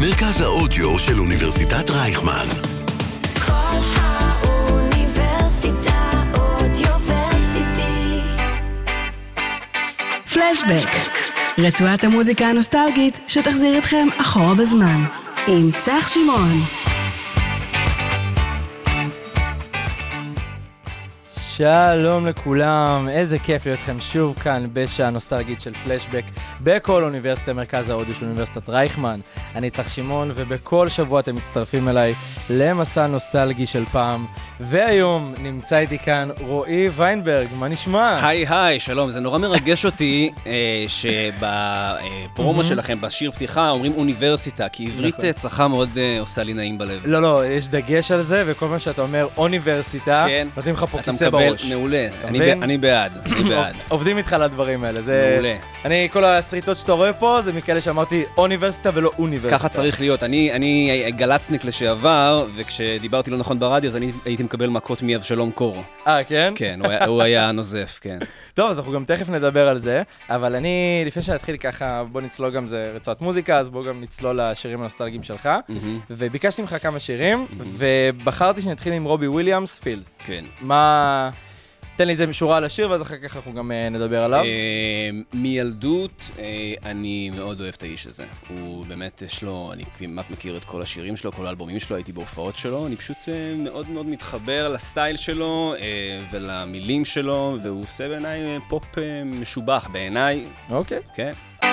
מרכז האודיו של אוניברסיטת רייכמן. כל האוניברסיטה אודיוורסיטי. פלשבק, רצועת המוזיקה הנוסטלגית שתחזיר אתכם אחורה בזמן, עם צח שמעון. שלום לכולם, איזה כיף להיות לכם שוב כאן בשעה נוסטלגית של פלשבק בכל אוניברסיטה מרכז האודיו של אוניברסיטת רייכמן. אני צח שמעון ובכל שבוע אתם מצטרפים אליי למסע נוסטלגי של פעם, והיום נמצא איתי כאן רועי ויינברג. מה נשמע? היי, שלום. זה נורא מרגש אותי שבפרומו שלכם, בשיר פתיחה, אומרים אוניברסיטה, כי עברית צחה מאוד עושה לי נעים בלב. לא, יש דגש על זה, וכל מה שאתה אומר אוניברסיטה, נותנים לך פה כיסא בראש. מעולה, אני בעד. עובדים איתך לדברים האלה. מעולה. כל הסריטות שאתה רואה פה, זה מכאלה שאמרתי אוניברסיטה ולא אוניברסיטה. ככה צריך להיות. אני גלצניק לשעבר, וכשדיברתי לא נכון ברדיו, אז אני הייתי מקבל מכות מאבשלום קור. כן? כן, הוא היה נוזף, כן. טוב, אז אנחנו גם תכף נדבר על זה, אבל אני, לפני שנתחיל ככה, בוא נצלול גם, זה רצועת מוזיקה, אז בוא גם נצלול לשירים הנוסטלגיים שלך, וביקשתי ממך כמה שירים, ובחרתי שנתחיל עם רובי וויליאמס, פילד. כן. תן לי איזה משורה על השיר, ואז אחר כך אנחנו גם נדבר עליו. מילדות, אני מאוד אוהב את האיש הזה. הוא באמת, יש לו, אני כמעט מכיר את כל השירים שלו, כל האלבומים שלו, הייתי בהופעות שלו. אני פשוט מאוד מאוד מתחבר לסטייל שלו ולמילים שלו, והוא עושה בעיניי פופ משובח בעיניי. אוקיי. כן.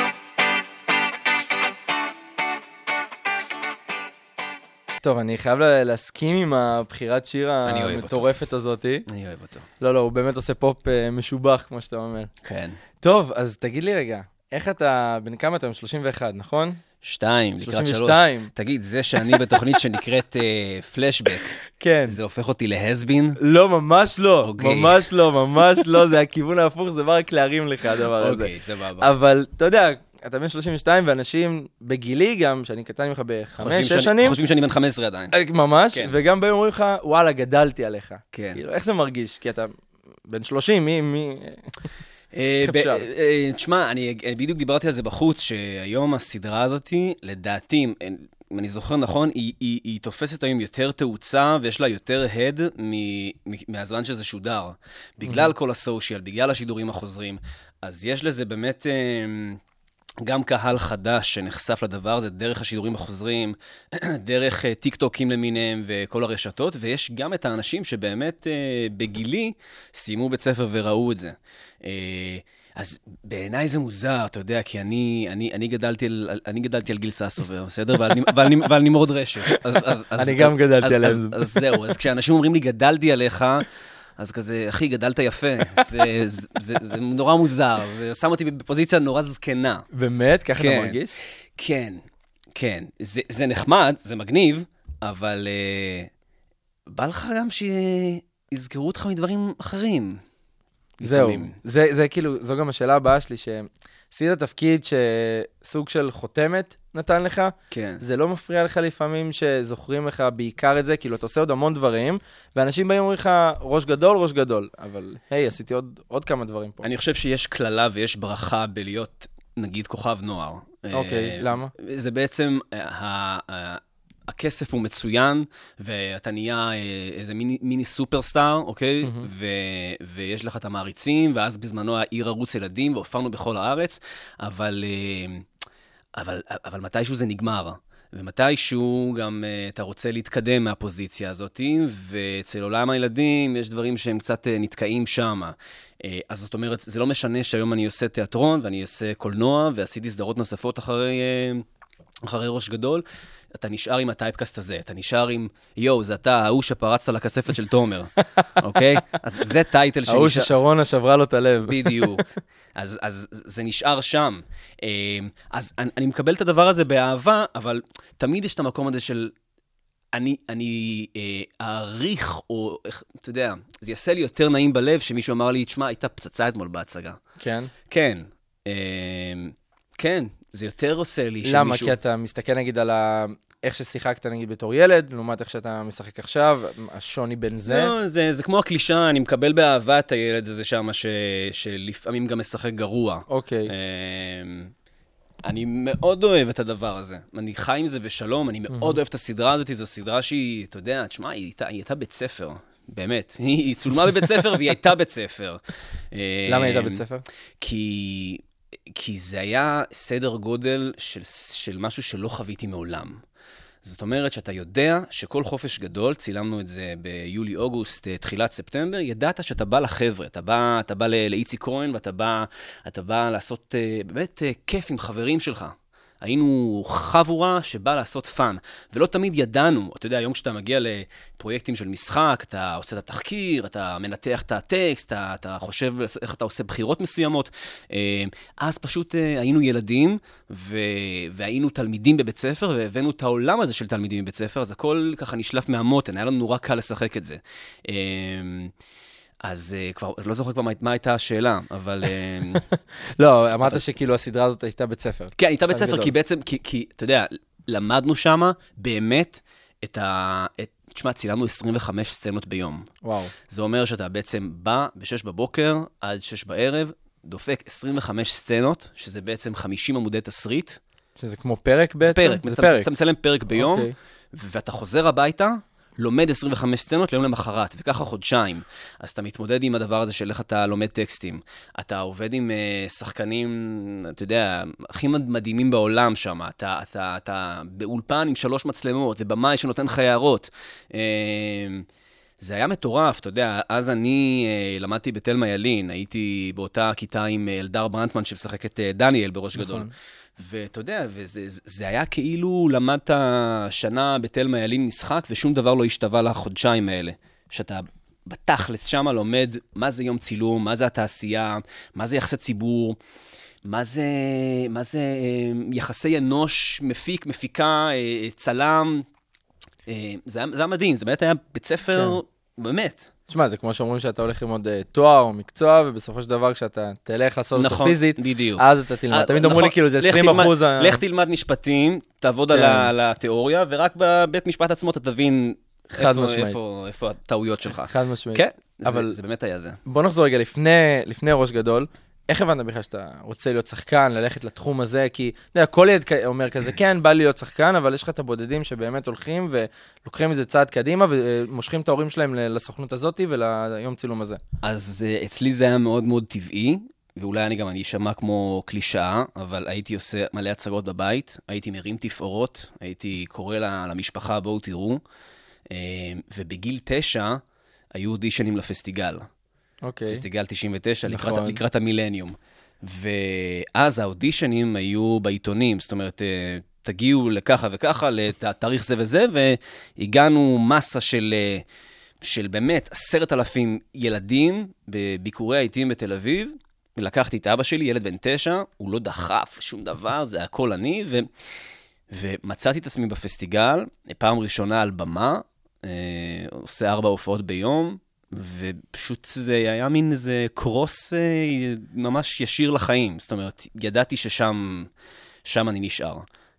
טוב, אני חייב להסכים עם הבחירת שיר המטורפת הזאת. אני אוהב אותו. לא, הוא באמת עושה פופ משובח, כמו שאתה אומר. כן. טוב, אז תגיד לי רגע, איך אתה, בן כמה אתה? 31, נכון? 2, לקראת 3. 32. תגיד, זה שאני בתוכנית שנקראת פלשבק, כן. זה הופך אותי להסבין? לא, ממש לא. אוקיי. ממש לא. זה הכיוון ההפוך, זה בא רק להרים לך הדבר הזה. אוקיי, סבבה. אבל, אתה יודע, אתה בן 32, ואנשים בגילי גם, שאני קטן ממך ב5-6 שנים. חושבים שאני בן 15 עדיין. ממש, כן. וגם בהם אומרים לך, וואלה, גדלתי עליך. כן. כאילו, איך זה מרגיש? כי אתה בן 30, מי... אפשר. תשמע, אני בדיוק דיברתי על זה בחוץ, שהיום הסדרה הזאת, לדעתי, אם אני זוכר נכון, היא תופסת היום יותר תאוצה, ויש לה יותר הד מהזמן שזה שודר. בגלל כל הסושיאל, בגלל השידורים החוזרים. אז יש לזה באמת גם קהל חדש שנחשף לדבר הזה, דרך השידורים החוזרים, דרך טיק-טוקים למיניהם וכל הרשתות, ויש גם את האנשים שבאמת בגילי סיימו בית ספר וראו את זה. אז בעיניי זה מוזר, אתה יודע, כי אני גדלתי על גיל ססובר, בסדר? ועל נמרוד רשת. אני גם גדלתי עליהם. אז זהו, אז כשאנשים אומרים לי גדלתי עליך, אז כזה, אחי, גדלת יפה. זה נורא מוזר. זה שם אותי בפוזיציה נורא זקנה. באמת? ככה אתה מרגיש? כן. זה נחמד, זה מגניב, אבל בא לך גם שיזכרו אותך מדברים אחרים. זהו. זה כאילו, זו גם השאלה הבאה שלי, שעשית תפקיד שסוג של חותמת נתן לך, כן. זה לא מפריע לך לפעמים שזוכרים לך בעיקר את זה, כאילו אתה עושה עוד המון דברים, ואנשים באים אומרים לך ראש גדול, אבל היי, עשיתי עוד כמה דברים פה. אני חושב שיש כללה ויש ברכה בלהיות, נגיד, כוכב נוער. אוקיי, למה? זה בעצם, הכסף הוא מצוין, ואתה נהיה איזה מיני סופרסטאר, אוקיי? ויש לך את המעריצים, ואז בזמנו העיר ערוץ ילדים, והופענו בכל הארץ, אבל מתישהו זה נגמר, ומתישהו גם אתה רוצה להתקדם מהפוזיציה הזאת, ואצל עולם הילדים יש דברים שהם קצת נתקעים שם. אז זאת אומרת, זה לא משנה שהיום אני עושה תיאטרון, ואני עושה קולנוע, ועשיתי סדרות נוספות אחרי ראש גדול, אתה נשאר עם הטייפקאסט הזה, אתה נשאר עם, זה אתה, ההוא שפרצת לכספת של תומר, אוקיי? אז זה טייטל שנשאר... ההוא ששרונה שברה לו את הלב. בדיוק. אז זה נשאר שם. אז אני מקבל את הדבר הזה באהבה, אבל תמיד יש את המקום הזה של, אני אעריך, או, אתה יודע, זה יעשה לי יותר נעים בלב, שמישהו אמר לי, תשמע, הייתה פצצה אתמול בהצגה. כן? כן. כן. זה יותר עושה לי שמישהו... למה? כי אתה מסתכל נגיד על איך ששיחקת נגיד בתור ילד, לעומת איך שאתה משחק עכשיו, השוני בין זה? לא, זה כמו הקלישה, אני מקבל באהבה את הילד הזה שם, שלפעמים גם משחק גרוע. אוקיי. אני מאוד אוהב את הדבר הזה. אני חי עם זה בשלום, אני מאוד אוהב את הסדרה הזאת, זו סדרה שהיא, אתה יודע, תשמע, היא הייתה בית ספר, באמת. היא צולמה בבית ספר והיא הייתה בית ספר. למה היא הייתה בית ספר? כי זה היה סדר גודל של משהו שלא חוויתי מעולם. זאת אומרת שאתה יודע שכל חופש גדול, צילמנו את זה ביולי-אוגוסט, תחילת ספטמבר, ידעת שאתה בא לחבר'ה, אתה בא לאיצי כהן, ואתה בא לעשות באמת כיף עם חברים שלך. היינו חבורה שבא לעשות פאן, ולא תמיד ידענו. אתה יודע, היום כשאתה מגיע לפרויקטים של משחק, אתה עושה את התחקיר, אתה מנתח את הטקסט, אתה חושב איך אתה עושה בחירות מסוימות, אז פשוט היינו ילדים, והיינו תלמידים בבית ספר, והבאנו את העולם הזה של תלמידים בבית ספר, אז הכל ככה נשלף מהמותן, היה לנו נורא קל לשחק את זה. אז כבר, לא זוכר כבר מה הייתה השאלה, אבל... לא, אמרת שכאילו הסדרה הזאת הייתה בית ספר. כן, הייתה בית ספר, כי בעצם, כי, אתה יודע, למדנו שמה באמת תשמע, צילמנו 25 סצנות ביום. וואו. זה אומר שאתה בעצם בא ב-6 בבוקר עד 6 בערב, דופק 25 סצנות, שזה בעצם 50 עמודי תסריט. שזה כמו פרק בעצם? זה פרק. אתה מצלם פרק ביום, ואתה חוזר הביתה, לומד 25 סצנות ליום למחרת, וככה חודשיים. אז אתה מתמודד עם הדבר הזה של איך אתה לומד טקסטים. אתה עובד עם שחקנים, אתה יודע, הכי מדהימים בעולם שם. אתה באולפן עם 3 מצלמות, ובמאי שנותן לך הערות. זה היה מטורף, אתה יודע, אז אני למדתי בתלמה ילין, הייתי באותה כיתה עם אלדר ברנטמן, שמשחק את דניאל בראש גדול. ואתה יודע, וזה היה כאילו למדת שנה בתלמה ילין משחק, ושום דבר לא השתווה לחודשיים האלה. שאתה בתכלס שמה לומד מה זה יום צילום, מה זה התעשייה, מה זה יחסי ציבור, מה זה יחסי אנוש, מפיק, מפיקה, צלם. זה היה מדהים, זה באמת היה בית ספר, באמת. תשמע, זה כמו שאומרים שאתה הולך ללמוד תואר או מקצוע, ובסופו של דבר כשאתה תלך לעשות אותו פיזית, אז אתה תלמד. תמיד אמרו לי כאילו זה 20%. לך תלמד משפטים, תעבוד על התיאוריה, ורק בבית משפט עצמו אתה תבין איפה הטעויות שלך. חד משמעית. כן, זה באמת היה זה. בוא נחזור רגע לפני ראש גדול. איך הבנת בכלל שאתה רוצה להיות שחקן, ללכת לתחום הזה? כי, אתה יודע, כל ילד אומר כזה, כן, בא לי להיות שחקן, אבל יש לך את הבודדים שבאמת הולכים ולוקחים את זה צעד קדימה, ומושכים את ההורים שלהם לסוכנות הזאת וליום צילום הזה. אז אצלי זה היה מאוד מאוד טבעי, ואולי אני אשמע כמו קלישאה, אבל הייתי עושה מלא הצגות בבית, הייתי מרים תפאורות, הייתי קורא למשפחה, בואו תראו, ובגיל 9 היו אודישנים לפסטיגל. פסטיגל 99, לקראת המילניום. ואז האודישנים היו בעיתונים, זאת אומרת, תגיעו לככה וככה, לתאריך זה וזה, והגענו מסה של באמת 10,000 ילדים בביקורי העיתים בתל אביב, ולקחתי את אבא שלי, ילד בן 9, הוא לא דחף שום דבר, זה הכל אני, ומצאתי את עצמי בפסטיגל, פעם ראשונה על במה, עושה 4 הופעות ביום, ופשוט זה היה מין איזה קרוס ממש ישיר לחיים. זאת אומרת, ידעתי ששם אני נשאר.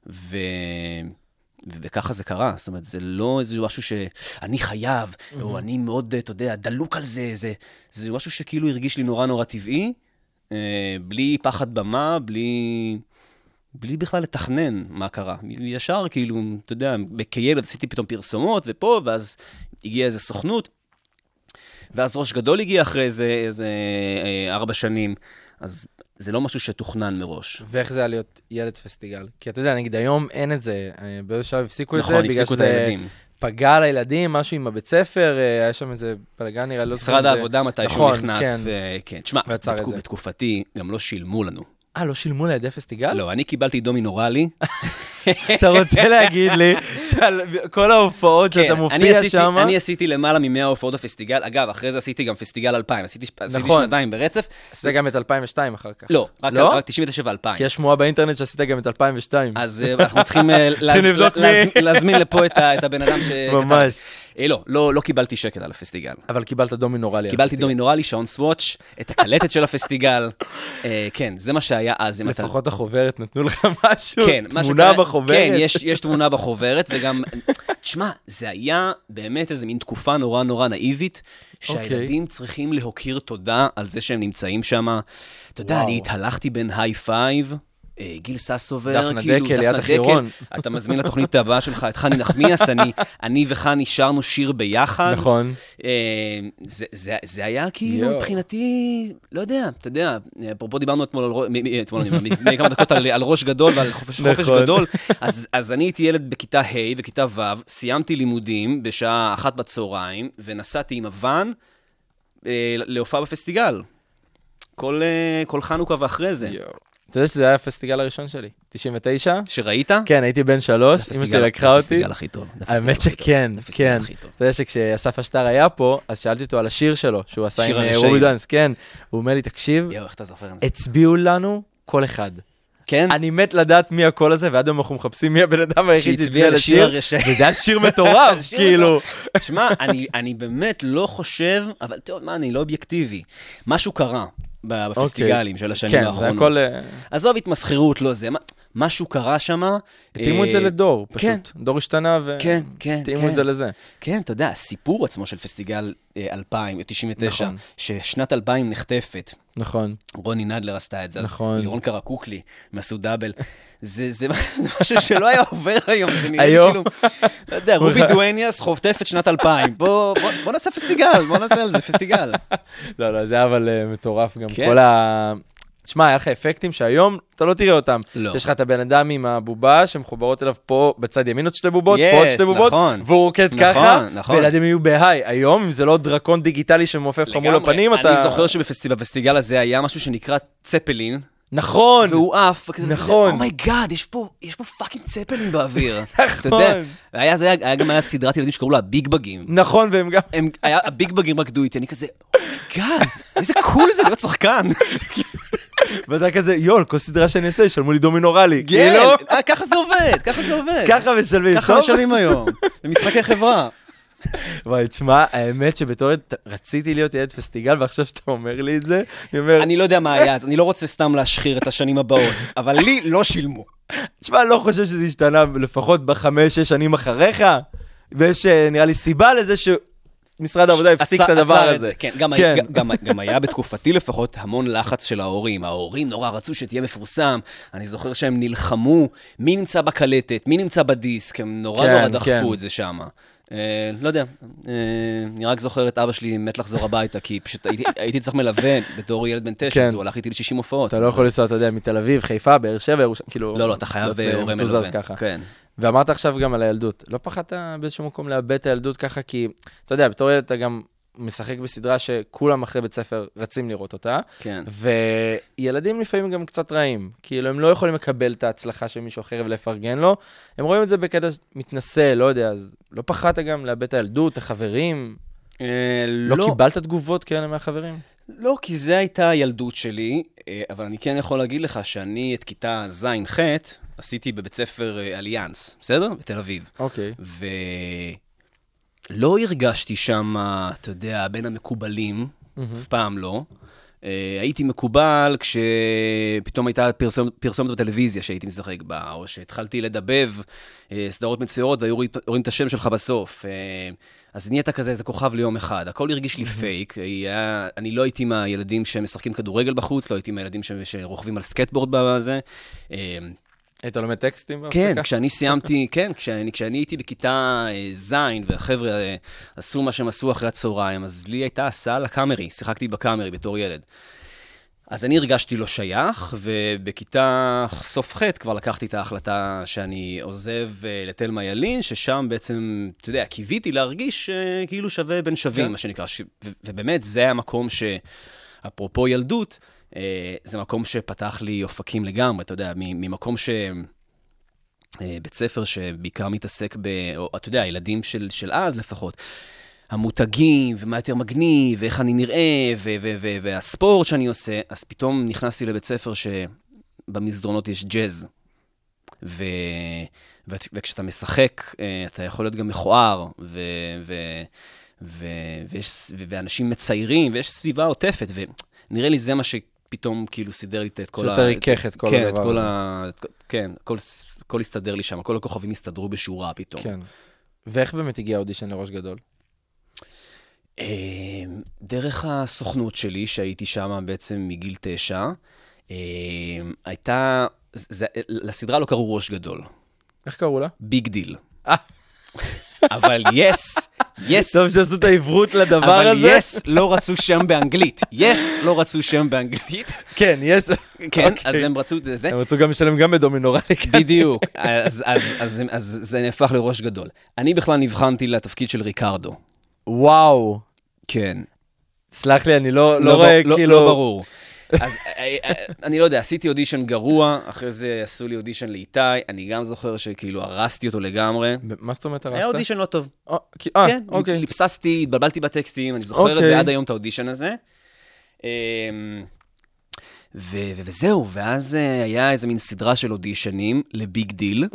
וככה זה קרה. זאת אומרת, זה לא איזה משהו שאני חייב, או אני מאוד, אתה יודע, דלוק על זה. זה משהו שכאילו הרגיש לי נורא נורא טבעי, בלי פחד במה, בלי בכלל לתכנן מה קרה. ישר כאילו, אתה יודע, כילד עשיתי פתאום פרסומות ופה, ואז הגיעה איזו סוכנות, ואז ראש גדול הגיע אחרי איזה 4 שנים, אז זה לא משהו שתוכנן מראש. ואיך זה היה להיות ילד פסטיגל? כי אתה יודע, נגיד היום אין את זה, באיזה שעה הפסיקו את זה, בגלל שזה פגע על הילדים, משהו עם הבית ספר, היה שם איזה פלגן נראה, לא זוכר. משרד העבודה מתי שהוא נכנס, וכן. תשמע, בתקופתי גם לא שילמו לנו. לא שילמו לידי פסטיגל? לא, אני קיבלתי דומינורלי. אתה רוצה להגיד לי שעל כל ההופעות שאתה מופיע שם? אני עשיתי למעלה מ100 הופעות בפסטיגל. אגב, אחרי זה עשיתי גם פסטיגל 2000. עשיתי שנתיים ברצף. עשית גם את 2002 אחר כך. לא, רק 99-2000. כי יש שמועה באינטרנט שעשית גם את 2002. אז אנחנו צריכים להזמין לפה את הבן אדם שכתב. ממש. לא קיבלתי שקט על הפסטיגל. אבל קיבלת דומינורלי. קיבלתי דומינורלי, שעון סוואץ', את הקלטת של הפסטיגל. כן, זה מה שהיה אז. לפחות החוברת נתנו לך משהו, תמונה בחוברת. כן, יש תמונה בחוברת, וגם, תשמע, זה היה באמת איזה מין תקופה נורא נורא נאיבית, שהילדים צריכים להוקיר תודה על זה שהם נמצאים שם. אתה יודע, אני התהלכתי בין היי פייב, גיל ססובר, דפנה דקל, ליאת החירון. אתה מזמין לתוכנית הבאה שלך את חני נחמיאס, אני וחני שרנו שיר ביחד. נכון. זה היה כאילו מבחינתי, לא יודע, אתה יודע, אפרופו דיברנו אתמול, לפני כמה דקות על ראש גדול ועל חופש גדול, אז אני הייתי ילד בכיתה ה' וכיתה ו', סיימתי לימודים בשעה 1 בצהריים, ונסעתי עם הוואן להופעה בפסטיגל. כל חנוכה ואחרי זה. אתה יודע שזה היה הפסטיגל הראשון שלי, 99. שראית? כן, הייתי בן 3, אמא שלי לקחה אותי. הפסטיגל הכי טוב. האמת שכן, כן. אתה יודע שכשאסף אשטר היה פה, אז שאלתי אותו על השיר שלו, שהוא עשה עם רובי דואנס, כן. הוא אומר לי, תקשיב, הצביעו לנו כל אחד. כן? אני מת לדעת מי הקול הזה, ועד היום אנחנו מחפשים מי הבן אדם היחיד שהצביע לשיר, וזה היה שיר מטורף, כאילו. תשמע, אני באמת לא חושב, אבל טוב, מה, אני לא אובייקטיבי. משהו קרה בפסטיגלים של השנים האחרונות. כן, זה הכל... עזוב התמסחרות, לא זה. משהו קרה שם. התאימו את זה לדור, פשוט. דור השתנה והתאימו את זה לזה. כן, אתה יודע, הסיפור עצמו של פסטיגל 2000, 99, ששנת 2000 נחטפת. נכון. רוני נדלר עשתה את זה. נכון. לירון קרקוקלי, מעשו דאבל. זה משהו שלא היה עובר היום. זה נראה כאילו, לא יודע, רובי דואניאס חוטפת שנת 2000. בוא נעשה פסטיגל, בוא נעשה על זה פסטיגל. לא, זה אבל מטורף גם. כל ה... תשמע, היה לך אפקטים שהיום אתה לא תראה אותם. יש לך את הבן אדם עם הבובה שמחוברות אליו פה בצד ימין עוד 2 בובות, פה עוד 2 בובות, והוא רוקד ככה, וילדים יהיו בהיי. היום, אם זה לא דרקון דיגיטלי שמעופף לך מול הפנים, אתה... אני זוכר שבפסטיגל הזה היה משהו שנקרא צפלין. נכון. והוא אף. נכון. אומייגאד, יש פה פאקינג צפלין באוויר. נכון. היה גם סדרת ילדים שקראו לה הביג בגים. נכון, והם גם... הביג בגים רקדו איתי, אני כזה, אומייגאד, איזה קול זה להיות שחקן. ואתה כזה, יול, כל סדרה שאני אעשה, ישלמו לי דומינורלי. כן, ככה זה עובד, ככה זה עובד. ככה משלמים, ככה משלמים היום, במשחקי חברה. וואי, תשמע, האמת שבתור רציתי להיות ילד פסטיגל, ועכשיו שאתה אומר לי את זה, אני לא יודע מה היה, אז אני לא רוצה סתם להשחיר את השנים הבאות, אבל לי לא שילמו. תשמע, לא חושב שזה השתנה לפחות ב5-6 שנים אחריך, ויש נראה לי סיבה לזה משרד העבודה הפסיק את הדבר הזה. כן, גם היה בתקופתי לפחות המון לחץ של ההורים. ההורים נורא רצו שתהיה מפורסם. אני זוכר שהם נלחמו, מי נמצא בקלטת, מי נמצא בדיסק, הם נורא דחפו את זה שם. לא יודע, אני רק זוכר את אבא שלי מת לחזור הביתה, כי פשוט הייתי צריך מלווה בתור ילד בן 9, אז הוא הלך איתי ל60 הופעות. אתה לא יכול לנסוע, אתה יודע, מתל אביב, חיפה, באר שבע, כאילו... לא, אתה חייב הורה מלווה. כן. ואמרת עכשיו גם על הילדות. לא פחדת באיזשהו מקום לאבד את הילדות ככה, כי, אתה יודע, בתור ילד אתה גם משחק בסדרה שכולם אחרי בית ספר רצים לראות אותה, כן. וילדים לפעמים גם קצת רעים, כאילו הם לא יכולים לקבל את ההצלחה של מישהו אחר ולפרגן לו, הם רואים את זה בקטע מתנסה, לא יודע, אז לא פחדת גם לאבד את הילדות, החברים? לא קיבלת תגובות כאלה מהחברים? לא, כי זה הייתה הילדות שלי, אבל אני כן יכול להגיד לך שאני את כיתה ז'-ח' עשיתי בבית ספר אליאנס, בסדר? בתל אביב. אוקיי. ולא הרגשתי שם, אתה יודע, בין המקובלים, אף פעם לא. הייתי מקובל כשפתאום הייתה פרסומת בטלוויזיה שהייתי משחק בה, או שהתחלתי לדבב סדרות מצוירות והיו רואים את השם שלך בסוף. אז נהיית כזה איזה כוכב ליום אחד. הכל הרגיש לי פייק. אני לא הייתי מהילדים שמשחקים כדורגל בחוץ, לא הייתי מהילדים שרוכבים על סקטבורד בזה. היית לומד טקסטים? כן, כשאני סיימתי, כן, כשאני הייתי בכיתה זין, והחבר'ה עשו מה שהם עשו אחרי הצהריים, אז לי הייתה הסעה לקאמרי, שיחקתי בקאמרי בתור ילד. אז אני הרגשתי לא שייך, ובכיתה סוף ח' כבר לקחתי את ההחלטה שאני עוזב לתלמה ילין, ששם בעצם, אתה יודע, קיוויתי להרגיש כאילו שווה בין שווים, מה שנקרא, ובאמת זה המקום שאפרופו ילדות, זה מקום שפתח לי אופקים לגמרי, אתה יודע, ממקום בית ספר שבעיקר מתעסק או אתה יודע, הילדים של אז לפחות, המותגים, ומה יותר מגניב, ואיך אני נראה, והספורט שאני עושה, אז פתאום נכנסתי לבית ספר שבמסדרונות יש ג'אז. וכשאתה משחק, אתה יכול להיות גם מכוער, ואנשים מציירים, ויש סביבה עוטפת, ונראה לי זה מה שפתאום כאילו סידר לי את כל שאתה ריקח את כל הדבר הזה. כן, הכל הסתדר לי שם, כל הכוכבים הסתדרו בשורה פתאום. כן. ואיך באמת הגיע האודישן לראש גדול? דרך הסוכנות שלי, שהייתי שם בעצם מגיל 9, הייתה לסדרה לא קראו ראש גדול, איך קראו לה? ביג דיל. אבל יס, טוב שעשו את העברות לדבר הזה. אבל יס לא רצו שם באנגלית. לא רצו שם באנגלית. כן, יס. כן, אז הם רצו את זה. הם רצו גם לשלם גם בדומינורלי. בדיוק. אז זה נהפך לראש גדול. אני בכלל נבחנתי לתפקיד של ריקרדו. וואו. כן. סלח לי, אני לא רואה כאילו... לא ברור. אז אני לא יודע, עשיתי אודישן גרוע, אחרי זה עשו לי אודישן לאיתי, אני גם זוכר שכאילו הרסתי אותו לגמרי. מה זאת אומרת הרסת? היה אודישן לא טוב. כן, אוקיי. ליפססתי, התבלבלתי בטקסטים, אני זוכר את זה עד היום, את האודישן הזה. וזהו, ואז היה איזה מין סדרה של אודישנים לביג דיל.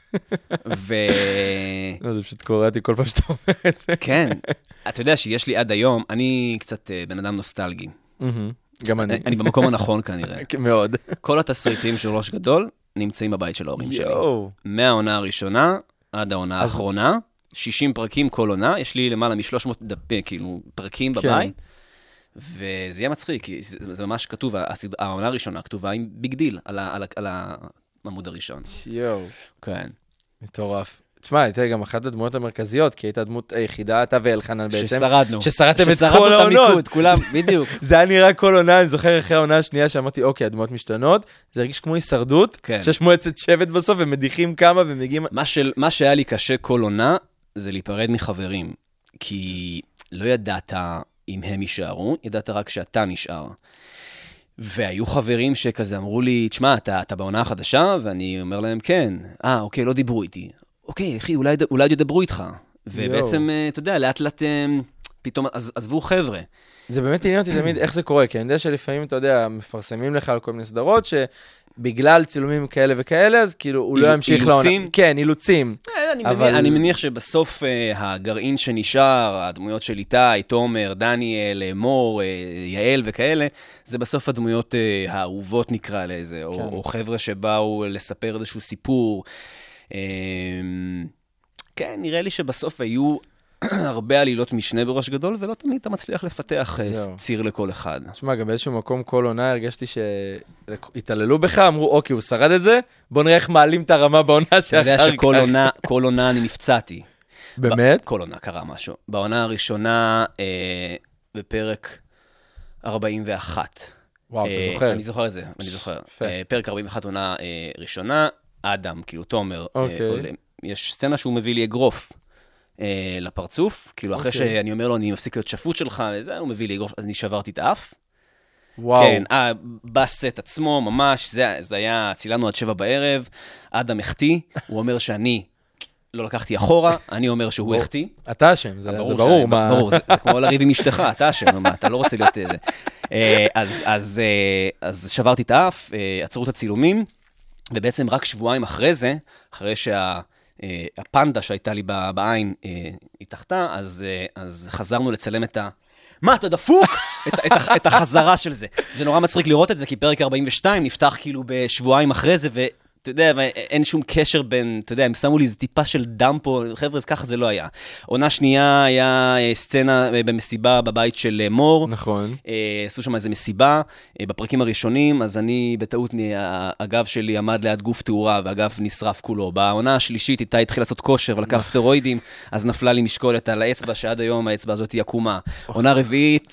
זה פשוט קוראתי כל פעם שאתה אומר את זה. כן, אתה יודע שיש לי עד היום, אני קצת בן אדם נוסטלגי. גם אני. אני במקום הנכון כנראה. מאוד. כל התסריטים של ראש גדול נמצאים בבית של ההורים שלי. מהעונה הראשונה עד העונה האחרונה, 60 פרקים כל עונה, יש לי למעלה מ-300 כאילו פרקים בבית, וזה יהיה מצחיק, כי זה ממש כתוב, העונה הראשונה כתובה עם ביג דיל על העמוד הראשון. יואו. כן. מטורף. תשמע, הייתה גם אחת הדמויות המרכזיות, כי הייתה הדמות היחידה, אתה ואלחנן בעצם. ששרדנו. ששרדתם את כל העונות. כולם, בדיוק. זה היה נראה כל עונה, אני זוכר אחרי העונה השנייה שאמרתי, אוקיי, הדמויות משתנות, זה הרגיש כמו הישרדות, שיש מועצת שבט בסוף, ומדיחים כמה ומגיעים... מה שהיה לי קשה כל עונה, זה להיפרד מחברים. כי לא ידעת אם הם יישארו, ידעת רק שאתה נשאר. והיו חברים שכזה אמרו לי, תשמע, אתה בעונה החדשה? ואני אומר להם, כן. אוקיי, לא דיברו איתי. אוקיי, אחי, אולי ידברו איתך. ובעצם, אתה יודע, לאט לאט פתאום עזבו חבר'ה. זה באמת עניין אותי תמיד איך זה קורה, כי אני יודע שלפעמים, אתה יודע, מפרסמים לך על כל מיני סדרות, שבגלל צילומים כאלה וכאלה, אז כאילו הוא לא ימשיך לעונה. אילוצים? כן, אילוצים. אני מניח שבסוף הגרעין שנשאר, הדמויות של איתי, תומר, דניאל, מור, יעל וכאלה, זה בסוף הדמויות האהובות נקרא לזה, או חבר'ה שבאו לספר איזשהו סיפור. כן, נראה לי שבסוף היו הרבה עלילות משנה בראש גדול, ולא תמיד אתה מצליח לפתח ציר לכל אחד. תשמע, גם באיזשהו מקום כל עונה הרגשתי שהתעללו בך, אמרו, אוקיי, הוא שרד את זה, בוא נראה איך מעלים את הרמה בעונה שאחר כך. אתה יודע שכל עונה אני נפצעתי. באמת? כל עונה קרה משהו. בעונה הראשונה, בפרק 41. וואו, אתה זוכר. אני זוכר את זה, אני זוכר. פרק 41 עונה ראשונה, אדם, כאילו תומר, יש סצנה שהוא מביא לי אגרוף לפרצוף, כאילו אחרי שאני אומר לו, אני מפסיק להיות שפוט שלך, וזה, הוא מביא לי אגרוף, אז אני שברתי את האף. וואו. כן, בסט עצמו, ממש, זה היה, צילנו עד 7 בערב, אדם החטיא, הוא אומר שאני לא לקחתי אחורה, אני אומר שהוא החטיא. אתה אשם, זה ברור. ברור, זה כמו לריב עם אשתך, אתה אשם, אתה לא רוצה להיות איזה. אז שברתי את האף, עצרו את הצילומים, ובעצם רק שבועיים אחרי זה, אחרי שהפנדה שהייתה לי בעין התחתה, אז חזרנו לצלם את מה, אתה דפוק? את החזרה של זה. זה נורא מצחיק לראות את זה, כי פרק 42 נפתח כאילו בשבועיים אחרי זה, אתה יודע, אין שום קשר בין, אתה יודע, הם שמו לי איזו טיפה של דם פה, חבר'ה, אז ככה זה לא היה. עונה שנייה היה סצנה במסיבה בבית של מור. נכון. עשו שם איזו מסיבה, בפרקים הראשונים, אז אני בטעות, הגב שלי עמד ליד גוף תאורה, והגב נשרף כולו. בעונה השלישית, איתי התחיל לעשות כושר, ולקח סטרואידים, אז נפלה לי משקולת על האצבע, שעד היום האצבע הזאת היא עקומה. עונה רביעית,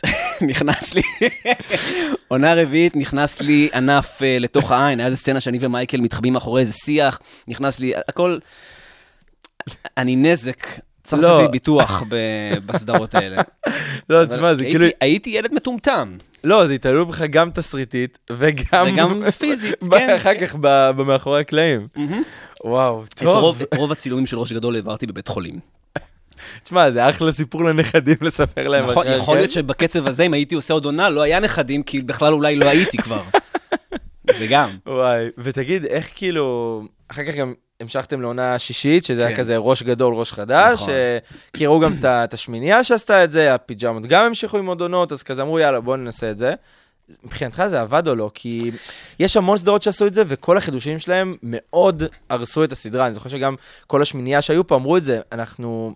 נכנס לי ענף לתוך העין, היה איזו סצנה שאני ומייקל מתחבאים מאחורי איזה שיח, נכנס לי, הכל, אני נזק, צריך לעשות לי ביטוח בסדרות האלה. לא, תשמע, זה כאילו... הייתי ילד מטומטם. לא, זה התעלו בך גם תסריטית, וגם פיזית, כן. אחר כך במאחורי הקלעים. וואו, טוב. את רוב הצילומים של ראש גדול העברתי בבית חולים. תשמע, זה אחלה סיפור לנכדים לספר להם. נכון, יכול להיות שבקצב הזה, אם הייתי עושה עוד עונה, לא היה נכדים, כי בכלל אולי לא הייתי כבר. זה גם. וואי, ותגיד, איך כאילו, אחר כך גם המשכתם לעונה שישית, שזה היה כזה ראש גדול, ראש חדש, קראו גם את השמינייה שעשתה את זה, הפיג'מות גם המשיכו עם עוד עונות, אז כזה אמרו, יאללה, בואו ננסה את זה. מבחינתך זה עבד או לא? כי יש המון סדרות שעשו את זה, וכל החידושים שלהם מאוד הרסו את הסדרה. אני זוכר שגם כל השמינייה שהיו פה אמרו את זה, אנחנו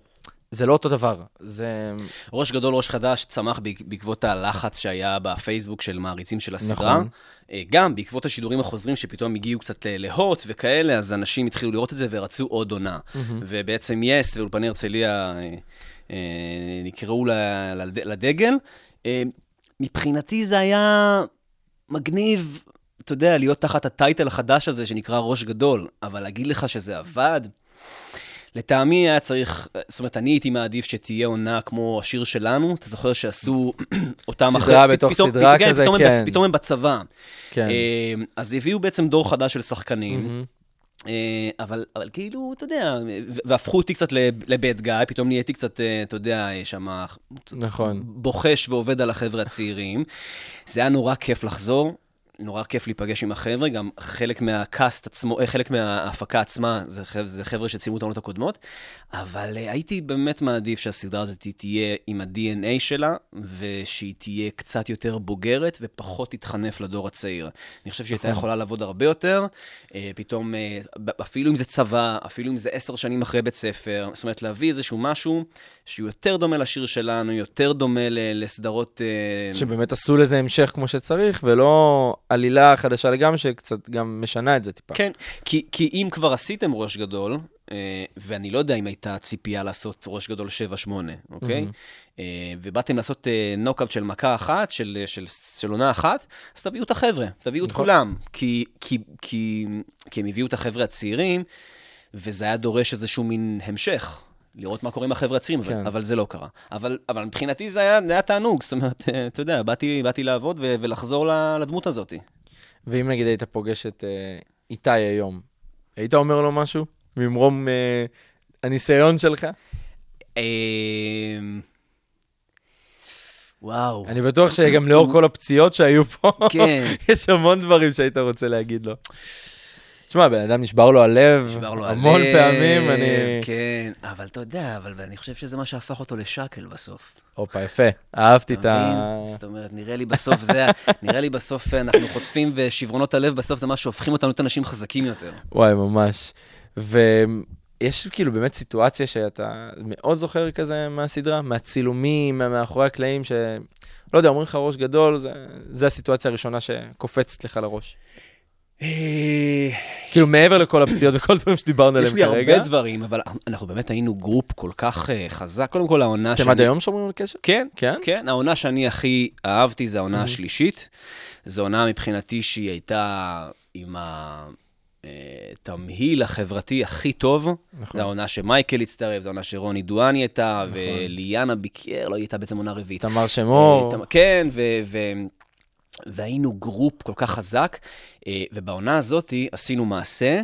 זה לא אותו דבר. זה... ראש גדול, ראש חדש, צמח בעקבות הלחץ שהיה בפייסבוק של מעריצים של הסדרה. נכון. גם בעקבות השידורים החוזרים שפתאום הגיעו קצת להוט וכאלה, אז אנשים התחילו לראות את זה ורצו עוד עונה. ובעצם יס ואולפני הרצליה נקראו לדגל. מבחינתי זה היה מגניב, אתה יודע, להיות תחת הטייטל החדש הזה שנקרא ראש גדול, אבל להגיד לך שזה עבד, לטעמי היה צריך, זאת אומרת, אני הייתי מעדיף שתהיה עונה כמו השיר שלנו, אתה זוכר שעשו אותם סדרה בתוך סדרה כזה, כן. פתאום הם בצבא. כן. אז הביאו בעצם דור חדש של שחקנים, אבל כאילו, אתה יודע, והפכו אותי קצת לבית גיא, פתאום נהייתי קצת, אתה יודע, שמה נכון. בוחש ועובד על החבר'ה הצעירים. זה היה נורא כיף לחזור, נורא כיף להיפגש עם החבר'ה, גם חלק מהקאסט עצמו, חלק מההפקה עצמה, זה חבר'ה שצילמו את העונות הקודמות, אבל הייתי באמת מעדיף שהסדרה הזאת תהיה עם ה-DNA שלה, ושהיא תהיה קצת יותר בוגרת, ופחות תתחנף לדור הצעיר. אני חושב שהיא הייתה יכולה לעבוד הרבה יותר, פתאום, אפילו אם זה צבא, אפילו אם זה 10 שנים אחרי בית ספר, זאת אומרת, להביא איזשהו משהו, שהוא יותר דומה לשיר שלנו, יותר דומה לסדרות... שבאמת עשו לזה המשך כמו שצריך, ולא עלילה חדשה לגמרי, שקצת גם משנה את זה טיפה. כן, כי אם כבר עשיתם ראש גדול, ואני לא יודע אם הייתה ציפייה לעשות ראש גדול 7-8, אוקיי? ובאתם לעשות נוקאפ של מכה אחת, של עונה אחת, אז תביאו את החבר'ה, תביאו את כולם. כי הם הביאו את החבר'ה הצעירים, וזה היה דורש איזשהו מין המשך. לראות מה קורה עם החבר'ה הצעירים, כן. אבל זה לא קרה. אבל מבחינתי זה היה תענוג, זאת אומרת, אתה יודע, באתי לעבוד ולחזור לדמות הזאת. ואם נגיד היית פוגש את איתי היום, היית אומר לו משהו? ממרום הניסיון שלך? וואו. אני בטוח שגם לאור כל הפציעות שהיו פה, כן. יש המון דברים שהיית רוצה להגיד לו. תשמע, בן אדם נשבר לו הלב, המון פעמים, כן, אבל אתה יודע, אבל אני חושב שזה מה שהפך אותו לשקל בסוף. אופה, יפה, אהבתי את זאת אומרת, נראה לי בסוף אנחנו חוטפים ושברונות הלב, בסוף זה מה שהופכים אותנו את אנשים חזקים יותר. וואי, ממש. ויש כאילו באמת סיטואציה שאתה מאוד זוכר כזה מהסדרה, מהצילומים, מאחורי הקלעים, לא יודע, אומרים לך ראש גדול, זה הסיטואציה הראשונה שקופצת לך לראש. כאילו מעבר לכל הפציעות וכל דברים שדיברנו עליהם כרגע. יש לי הרבה דברים, אבל אנחנו באמת היינו גרופ כל כך חזק. קודם כל העונה אתם עד היום שומרים על קשר? כן, כן. העונה שאני הכי אהבתי זה העונה השלישית. זו עונה מבחינתי שהיא הייתה עם התמהיל החברתי הכי טוב. זו העונה שמייקל הצטרף, זו העונה שרוני דואני הייתה, וליאנה ביקר, לא הייתה בעצם עונה רביעית. תמר שמור. כן, והיינו גרופ כל כך חזק, ובעונה הזאת עשינו מעשה,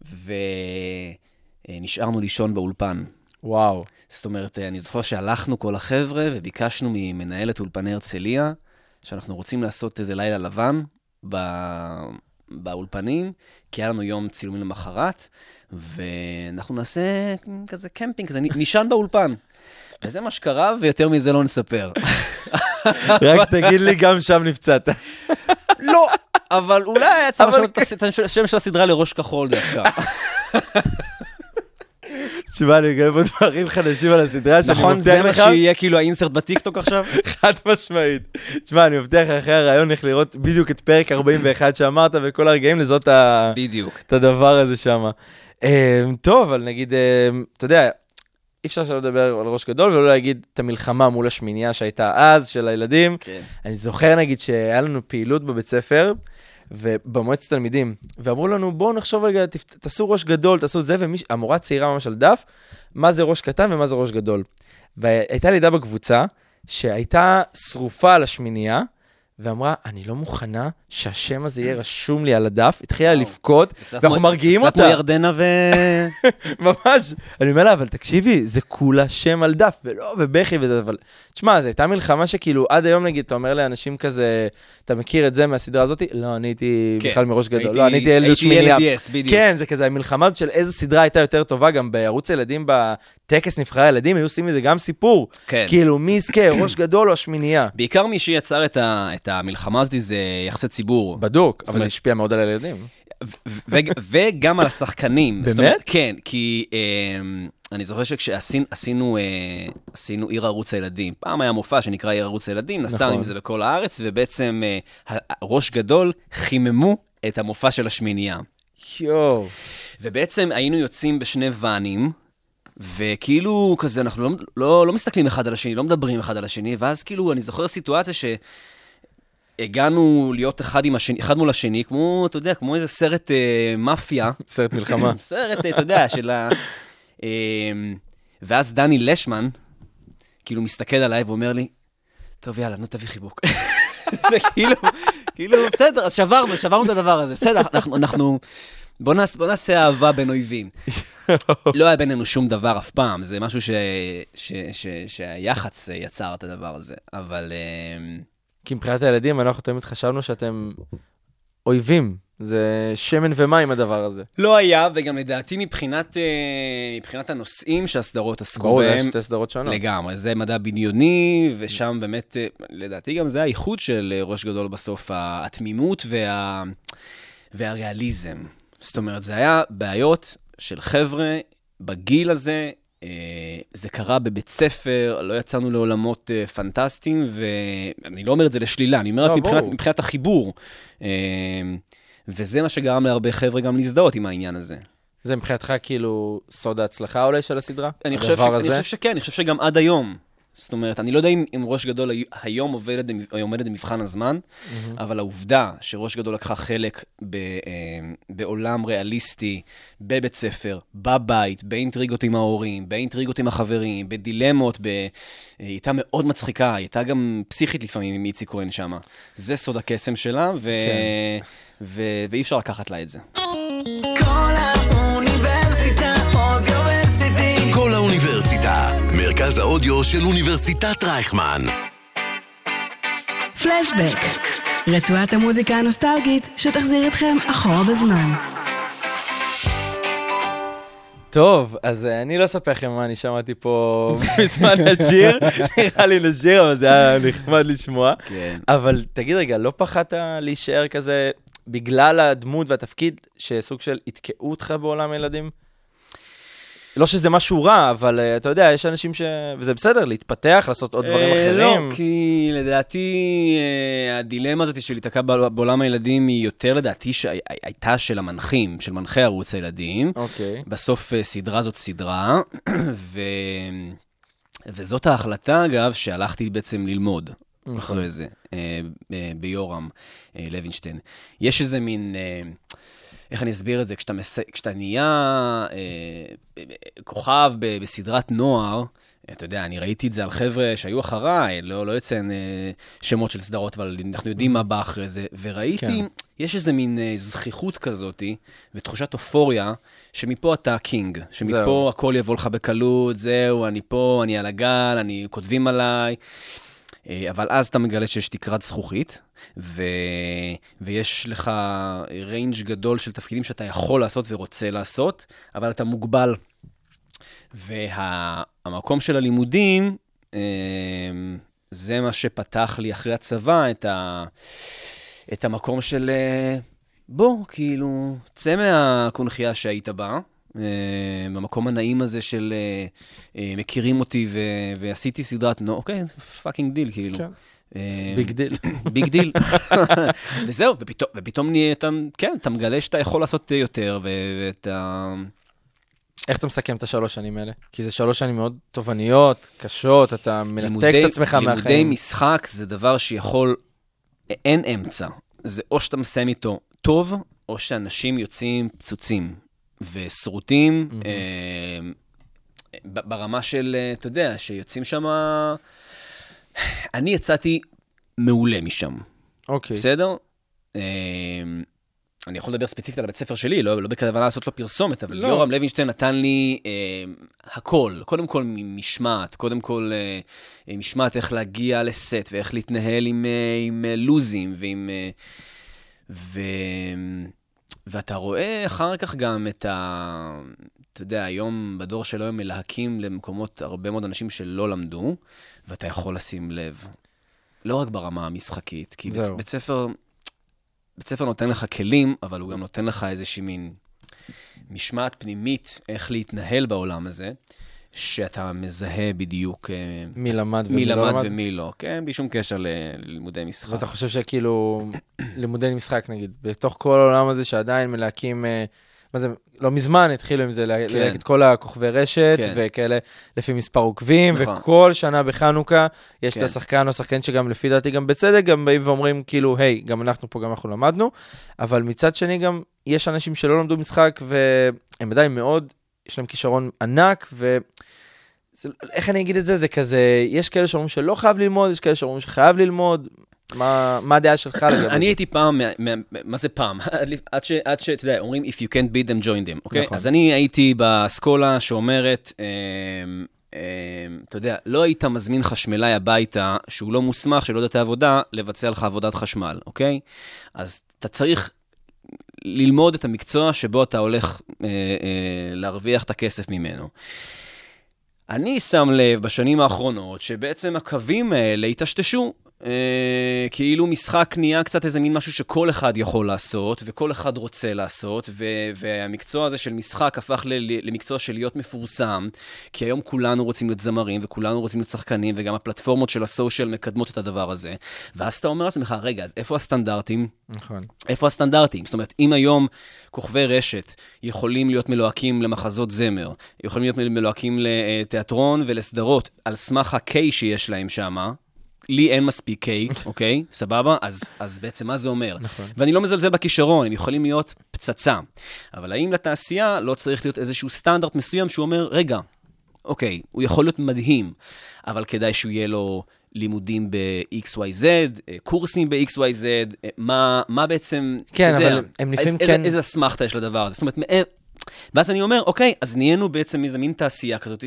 ונשארנו לישון באולפן. וואו. זאת אומרת, אני זוכר שהלכנו כל החבר'ה, וביקשנו ממנהלת אולפני הרצליה, שאנחנו רוצים לעשות איזה לילה לבן באולפנים, כי היה לנו יום צילומים למחרת, ואנחנו נעשה כזה קמפינג, כזה נשען באולפן. וזה מה שקרה, ויותר מזה לא נספר. רק תגיד לי, גם שם נפצעת. לא, אבל אולי היה צריך לשנות את השם של הסדרה לראש כחול דווקא. תשמע, אני אגלה פה דברים חדשים על הסדרה, שאני מבטיח לך... נכון, זה מה שיהיה כאילו האינסרט בטיקטוק עכשיו? חד משמעית. תשמע, אני מבטיח לך אחרי הרעיון, איך לראות בדיוק את פרק 41 שאמרת, וכל הרגעים לזאת את הדבר הזה שם. טוב, אבל נגיד, אתה יודע, אי אפשר שלא לדבר על ראש גדול, ולא להגיד את המלחמה מול השמיניה שהייתה אז, של הילדים. כן. אני זוכר, נגיד, שהיה לנו פעילות בבית ספר, ובמועצת תלמידים, ואמרו לנו, בואו נחשוב רגע, תעשו ראש גדול, תעשו זה, והמורה צעירה ממש על דף, מה זה ראש קטן ומה זה ראש גדול. והייתה לידה בקבוצה, שהייתה שרופה על השמיניה, ואמרה, אני לא מוכנה שהשם הזה יהיה רשום לי על הדף, התחילה לבכות, ואנחנו מרגיעים אותה. זה קצת כמו ירדנה ממש. אני אומר לה, אבל תקשיבי, זה כולה שם על דף, ולא, ובכי וזה, אבל... תשמע, זו הייתה מלחמה שכאילו, עד היום נגיד, אתה אומר לאנשים כזה, אתה מכיר את זה מהסדרה הזאת? לא, אני הייתי בכלל מראש גדול. לא, אני הייתי ילד שמיניה. כן, זה כזה, המלחמה הזאת של איזו סדרה הייתה יותר טובה, גם בערוץ הילדים, בטקס נבחרי הילדים, היו עושים מזה גם סיפור. כאילו, מי יזכה, ראש גדול או השמינייה? בעיקר מי שיצר את המלחמה הזאת זה יחסי ציבור. בדוק, אבל זה השפיע מאוד על הילדים. וגם על השחקנים. באמת? כן, כי אני זוכר שכשעשינו עיר ערוץ הילדים, פעם היה מופע שנקרא עיר ערוץ הילדים, נסענו עם זה בכל הארץ, ובעצם ראש גדול חיממו את המופע של השמינייה. יואו. ובעצם היינו יוצאים בשני ואנים, וכאילו כזה, אנחנו לא מסתכלים אחד על השני, לא מדברים אחד על השני, ואז כאילו אני זוכר סיטואציה שהגענו להיות אחד מול השני, כמו, אתה יודע, כמו איזה סרט מאפיה. סרט מלחמה. סרט, אתה יודע, של ה... ואז דני לשמן, כאילו מסתכל עליי ואומר לי, טוב, יאללה, תביא חיבוק. זה כאילו, בסדר, אז שברנו את הדבר הזה, בסדר, אנחנו... בוא נעשה אהבה בין אויבים. לא היה בינינו שום דבר אף פעם, זה משהו שהיח"צ יצר את הדבר הזה, אבל... כי מבחינת הילדים, אנחנו תמיד חשבנו שאתם אויבים, זה שמן ומים הדבר הזה. לא היה, וגם לדעתי מבחינת הנושאים שהסדרות עסקו בהם... ברור, יש שתי סדרות שונות. לגמרי, זה מדע בדיוני, ושם באמת, לדעתי גם זה הייחוד של ראש גדול בסוף, התמימות והריאליזם. זאת אומרת, זה היה בעיות של חבר'ה בגיל הזה, זה קרה בבית ספר, לא יצאנו לעולמות פנטסטיים, ואני לא אומר את זה לשלילה, אני אומר רק מבחינת החיבור. וזה מה שגרם להרבה חבר'ה גם להזדהות עם העניין הזה. זה מבחינתך כאילו סוד ההצלחה אולי של הסדרה? אני חושב שכן, אני חושב שגם עד היום. זאת אומרת, אני לא יודע אם ראש גדול היום עומדת במבחן הזמן, אבל העובדה שראש גדול לקחה חלק בעולם ריאליסטי, בבית ספר, בבית, באינטריגות עם ההורים, באינטריגות עם החברים, בדילמות, היא הייתה מאוד מצחיקה, היא הייתה גם פסיכית לפעמים עם איציק כהן שמה. זה סוד הקסם שלה, ואי אפשר לקחת לה את זה. כל האוניברסיטה, מרכז האודיו של אוניברסיטת רייכמן. פלשבק, רצועת המוזיקה הנוסטלגית שתחזיר אתכם אחורה בזמן. טוב, אז אני לא אספר לכם מה אני שמעתי פה בזמן השיר, נראה לי לשיר, אבל זה היה נחמד לשמוע. אבל תגיד רגע, לא פחדת להישאר כזה בגלל הדמות והתפקיד שסוג של התקעו אותך בעולם הילדים? לא שזה משהו רע, אבל אתה יודע, יש אנשים וזה בסדר, להתפתח, לעשות עוד דברים אחרים. לא, כי לדעתי הדילמה הזאת של להתקע בעולם הילדים היא יותר לדעתי שהייתה של המנחים, של מנחי ערוץ הילדים. אוקיי. בסוף סדרה זאת סדרה, וזאת ההחלטה, אגב, שהלכתי בעצם ללמוד אחרי זה, ביורם לוינשטיין. יש איזה מין... איך אני אסביר את זה? כשאתה נהיה כוכב בסדרת נוער, אתה יודע, אני ראיתי את זה על חבר'ה שהיו אחריי, לא יציין שמות של סדרות, אבל אנחנו יודעים מה בא אחרי זה, וראיתי, יש איזה מין זכיחות כזאת, ותחושת אופוריה, שמפה אתה קינג, שמפה הכל יבוא לך בקלות, זהו, אני פה, אני על הגל, כותבים עליי, אבל אז אתה מגלה שיש תקרת זכוכית, ויש לך ריינג' גדול של תפקידים שאתה יכול לעשות ורוצה לעשות, אבל אתה מוגבל. והמקום של הלימודים, זה מה שפתח לי אחרי הצבא, את המקום של, בוא, כאילו, צא מהקונחייה שהיית בה, במקום הנעים הזה של מכירים אותי ועשיתי סדרת, אוקיי, זה פאקינג דיל, כאילו. ביג דיל. ביג דיל. וזהו, ופתאום אתה מגלה שאתה יכול לעשות יותר, ואתה... איך אתה מסכם את 3 שנים האלה? כי זה 3 שנים מאוד תובעניות, קשות, אתה מנתק את עצמך מהחיים. לימודי משחק זה דבר שיכול, אין אמצע. זה או שאתה מסיים איתו טוב, או שאנשים יוצאים פצוצים וסרוטים, ברמה של, אתה יודע, שיוצאים שם... אני יצאתי מעולה משם. אוקיי. בסדר? אני יכול לדבר ספציפית על הבית ספר שלי, לא בכוונה לעשות לו פרסומת, אבל יורם לוינשטיין נתן לי הכל. קודם כל משמעת, קודם כל משמעת איך להגיע לסט, ואיך להתנהל עם לוזים, ואתה רואה אחר כך גם אתה יודע, היום בדור של היום מלהקים למקומות הרבה מאוד אנשים שלא למדו, ואתה יכול לשים לב, לא רק ברמה המשחקית, כי בית ספר, בית ספר נותן לך כלים, אבל הוא גם נותן לך איזושהי מין משמעת פנימית, איך להתנהל בעולם הזה, שאתה מזהה בדיוק מי למד ומי לא למד. ומי לא, כן, בלי שום קשר ללימודי משחק. ואתה חושב שכאילו, לימודי משחק נגיד, בתוך כל העולם הזה שעדיין מלהקים, מה זה, לא מזמן התחילו עם זה, להקים את כל הכוכבי רשת, וכאלה לפי מספר עוקבים, וכל שנה בחנוכה, יש את השחקן או שחקן שגם לפי דעתי גם בצדק, גם באים ואומרים כאילו, היי, גם אנחנו פה, גם אנחנו למדנו, אבל מצד שני גם, יש אנשים שלא למדו משחק, והם עדיין מאוד, יש להם כישרון ענק, איך אני אגיד את זה? זה כזה, יש כאלה שאומרים שלא חייב ללמוד, יש כאלה שאומרים שחייב ללמוד, מה הדעה שלך לגבי זה? אני הייתי פעם, מה זה פעם? עד שאתה יודע, אומרים, if you can't beat them, join them, אוקיי? אז אני הייתי באסכולה שאומרת, אתה יודע, לא היית מזמין חשמלאי הביתה, שהוא לא מוסמך, שלא יודעת העבודה, לבצע לך עבודת חשמל, אוקיי? אז אתה צריך ללמוד את המקצוע שבו אתה הולך להרוויח את הכסף ממנו. אני שם לב בשנים האחרונות שבעצם הקווים האלה התשתשו, כאילו משחק נהיה קצת איזה מין משהו שכל אחד יכול לעשות, וכל אחד רוצה לעשות, והמקצוע הזה של משחק הפך למקצוע של להיות מפורסם, כי היום כולנו רוצים להיות זמרים, וכולנו רוצים להיות שחקנים, וגם הפלטפורמות של הסושיאל מקדמות את הדבר הזה. ואז אתה אומר לעצמך, רגע, אז איפה הסטנדרטים? נכון. איפה הסטנדרטים? זאת אומרת, אם היום כוכבי רשת יכולים להיות מלוהקים למחזות זמר, יכולים להיות מלוהקים לתיאטרון ולסדרות, על סמך הקיי שיש להם שמה, לי אין מספיק קיי, אוקיי? סבבה? אז בעצם מה זה אומר? נכון. ואני לא מזלזל בכישרון, הם יכולים להיות פצצה. אבל האם לתעשייה לא צריך להיות איזשהו סטנדרט מסוים שהוא אומר, רגע, אוקיי, הוא יכול להיות מדהים, אבל כדאי שהוא יהיה לו לימודים ב-XYZ, קורסים ב-XYZ, מה בעצם, כן, אבל הם לפעמים כן... איזה אסמכתה יש לדבר הזה? זאת אומרת, ואז אני אומר, אוקיי, אז נהיינו בעצם איזה מין תעשייה כזאת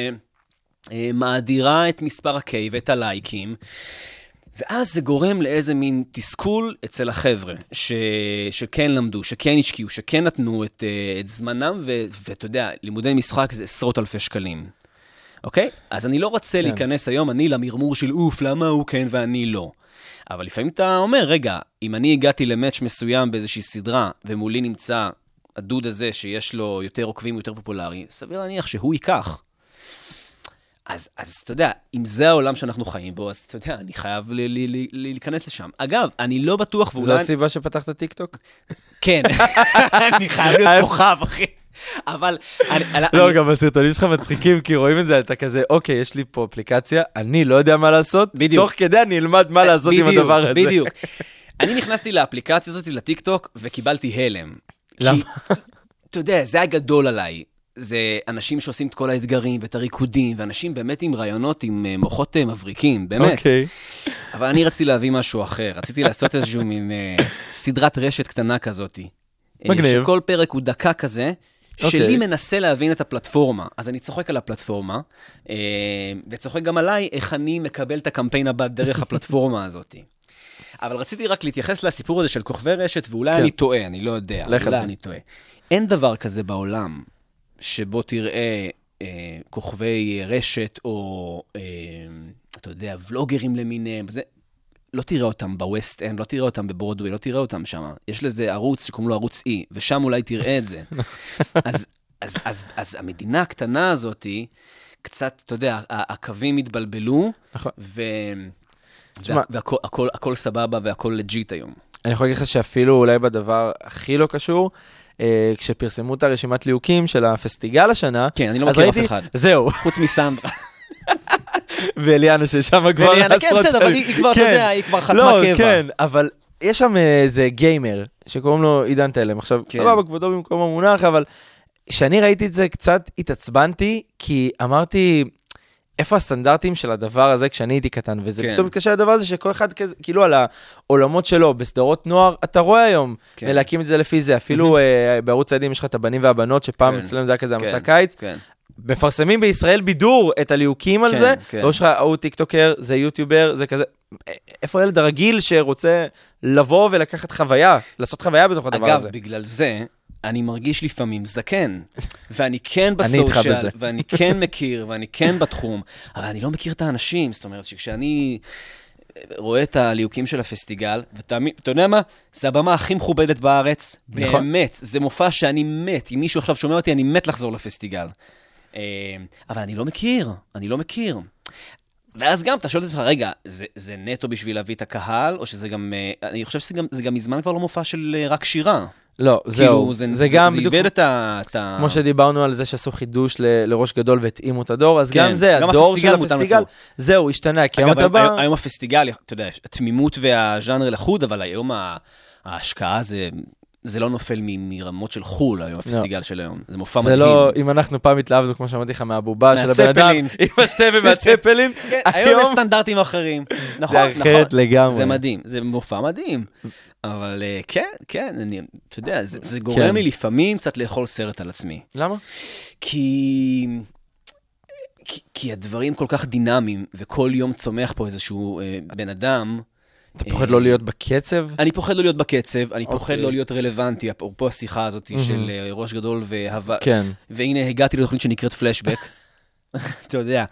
מאדירה את מספר הקיי ואת הלייקים, ואז זה גורם לאיזה מין תסכול אצל החבר'ה, שכן למדו, שכן השקיעו, שכן נתנו את זמנם, ואתה יודע, לימודי משחק זה עשרות אלפי שקלים. אוקיי? אז אני לא רוצה להיכנס היום, אני למרמור של אוף, למה הוא כן ואני לא. אבל לפעמים אתה אומר, רגע, אם אני הגעתי למאץ' מסוים באיזושהי סדרה, ומולי נמצא הדוד הזה שיש לו יותר עוקבים, יותר פופולרי, סביר להניח שהוא ייקח. אז אתה יודע, אם זה העולם שאנחנו חיים בו, אז אתה יודע, אני חייב להיכנס לשם. אגב, אני לא בטוח ואולי... זו הסיבה שפתחת טיקטוק? כן, אני חייב להיות כוכב, אחי. אבל... לא, גם הסרטונים שלך מצחיקים, כי רואים את זה, אתה כזה, אוקיי, יש לי פה אפליקציה, אני לא יודע מה לעשות, תוך כדי אני אלמד מה לעשות עם הדבר הזה. בדיוק. אני נכנסתי לאפליקציה הזאת, לטיקטוק, וקיבלתי הלם. למה? אתה יודע, זה היה גדול עליי. זה אנשים שעושים את כל האתגרים ואת הריקודים, ואנשים באמת עם רעיונות, עם מוחות מבריקים, באמת. אוקיי. אבל אני רציתי להביא משהו אחר. רציתי לעשות איזשהו מין סדרת רשת קטנה כזאת. מגניב. שכל פרק הוא דקה כזה, שלי מנסה להבין את הפלטפורמה. אז אני צוחק על הפלטפורמה, וצוחק גם עליי איך אני מקבל את הקמפיין הבא דרך הפלטפורמה הזאת. אבל רציתי רק להתייחס לסיפור הזה של כוכבי רשת, ואולי אני טועה, אני לא יודע. אולי אני טועה. אין דבר כזה בעולם שבו תראה כוכבי רשת, או אתה יודע, ולוגרים למיניהם, זה, לא תראה אותם בווסט אנד, לא תראה אותם בברודווי, לא תראה אותם שם. יש לזה ערוץ שקוראים לו ערוץ E, ושם אולי תראה את זה. אז המדינה הקטנה הזאת, קצת, אתה יודע, הקווים התבלבלו, והכל סבבה והכל לג'יט היום. אני יכול להגיד לך שאפילו אולי בדבר הכי לא קשור, כשפרסמו את הרשימת ליהוקים של הפסטיגל השנה, כן, אני לא מכיר אף אחד. זהו. חוץ מסנדרה. ואליאנה ששם כבר... ואליאנה, כן, בסדר, אבל היא כבר, אתה יודע, היא כבר חתמה קבע. לא, כן, אבל יש שם איזה גיימר, שקוראים לו עידן תלם. עכשיו, סבבה, כבודו במקום המונח, אבל כשאני ראיתי את זה, קצת התעצבנתי, כי אמרתי, איפה הסטנדרטים של הדבר הזה כשאני הייתי קטן, וזה פתאום מתקשר לדבר הזה שכל אחד כאילו על העולמות שלו, בסדרות נוער, אתה רואה היום, ולהקים את זה לפי זה, אפילו בערוץ הילדים יש לך את הבנים והבנות, שפעם אצלם זה היה כזה המסע קיץ, מפרסמים בישראל בידור את הליהוקים על זה, לא שלך, הוא טיקטוקר, זה יוטיובר, זה כזה, איפה ילד הרגיל שרוצה לבוא ולקחת חוויה, לעשות חוויה בתוך הדבר הזה? אגב, בגלל זה, אני מרגיש לפעמים זקן, ואני כן בסושיאל, ואני כן מכיר, ואני כן בתחום, אבל אני לא מכיר את האנשים, זאת אומרת שכשאני רואה את הליהוקים של הפסטיגל, ואתה יודע מה? זה הבמה הכי מכובדת בארץ. באמת, זה מופע שאני מת. אם מישהו עכשיו שומע אותי, אני מת לחזור לפסטיגל. אבל אני לא מכיר. ואז גם, אתה שואל את עצמך, רגע, זה נטו בשביל להביא את הקהל, או שזה גם, אני חושב שזה גם מזמן כבר לא מופע של רק שירה. לא, זהו. זה גם בדיוק, איבד את כמו שדיברנו על זה שעשו חידוש לראש גדול והתאימו את הדור, אז גם זה, הדור של הפסטיגל, זהו, השתנה. אגב, היום הפסטיגל, אתה יודע, התמימות והז'אנר לחוד, אבל היום ההשקעה זה לא נופל מרמות של חול, היום הפסטיגל של היום. זה מופע מדהים. זה לא, אם אנחנו פעם התלהבנו, כמו שאמרתי לך, מהבובה של הבן אדם, עם השתה ומהצפלין, היום יש סטנדרטים אחרים. נכון, זה אחרת לגמרי. זה מדהים, זה מופע מדהים. אבל כן, אתה יודע, זה גורם לי לפעמים קצת לאכול סרט על עצמי. למה? כי הדברים כל כך דינמיים, וכל יום צומח פה איזשהו בן אדם. אתה פוחד לא להיות בקצב? אני פוחד לא להיות בקצב, אני פוחד לא להיות רלוונטי, אפרופו השיחה הזאת של ראש גדול והווה. כן. והנה הגעתי לתוכנית שנקראת פלשבק. אתה יודע.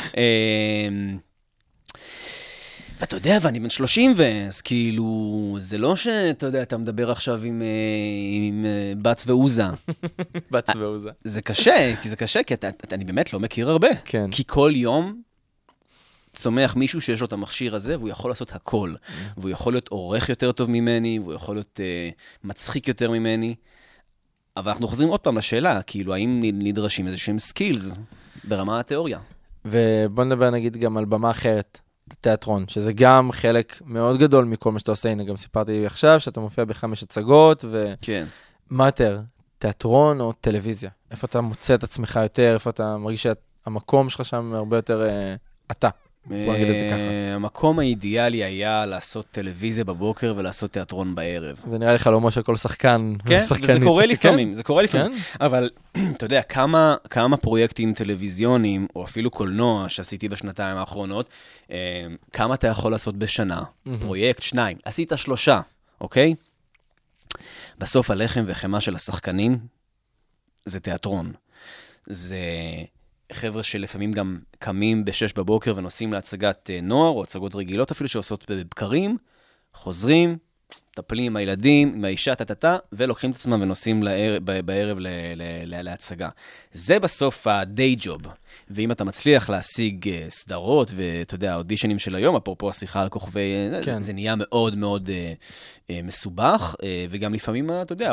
ואתה יודע, ואני בן 30, אז כאילו, זה לא שאתה יודע, אתה מדבר עכשיו עם בץ ועוזה. בץ ועוזה. זה קשה, כי אני באמת לא מכיר הרבה. כן. כי כל יום צומח מישהו שיש לו את המכשיר הזה, והוא יכול לעשות הכל. והוא יכול להיות עורך יותר טוב ממני, והוא יכול להיות מצחיק יותר ממני. אבל אנחנו חוזרים עוד פעם לשאלה, כאילו, האם נדרשים איזה שהם סקילס ברמה התיאוריה? ובוא נדבר נגיד גם על במה אחרת. תיאטרון, שזה גם חלק מאוד גדול מכל מה שאתה עושה. הנה, גם סיפרתי עכשיו שאתה מופיע ב5 הצגות, כן. מה יותר, תיאטרון או טלוויזיה? איפה אתה מוצא את עצמך יותר, איפה אתה מרגיש שהמקום שלך שם הרבה יותר אתה? בוא נגיד את זה ככה. המקום האידיאלי היה לעשות טלוויזיה בבוקר ולעשות תיאטרון בערב. זה נראה לי חלומו של כל שחקן. כן, וזה קורה לפעמים, זה קורה לפעמים. אבל אתה יודע, כמה פרויקטים טלוויזיוניים, או אפילו קולנוע שעשיתי בשנתיים האחרונות, כמה אתה יכול לעשות בשנה? פרויקט, 2, עשית 3, אוקיי? בסוף הלחם וחמה של השחקנים, זה תיאטרון. זה חבר'ה שלפעמים גם קמים ב6 בבוקר ונוסעים להצגת נוער, או הצגות רגילות אפילו שעושות בבקרים, חוזרים, מטפלים עם הילדים, עם האישה, ולוקחים את עצמם ונוסעים בערב להצגה. זה בסוף ה-day job. ואם אתה מצליח להשיג סדרות, ואתה יודע, האודישנים של היום, אפרופו השיחה על כוכבי, כן. זה נהיה מאוד מאוד מסובך, וגם לפעמים, אתה יודע,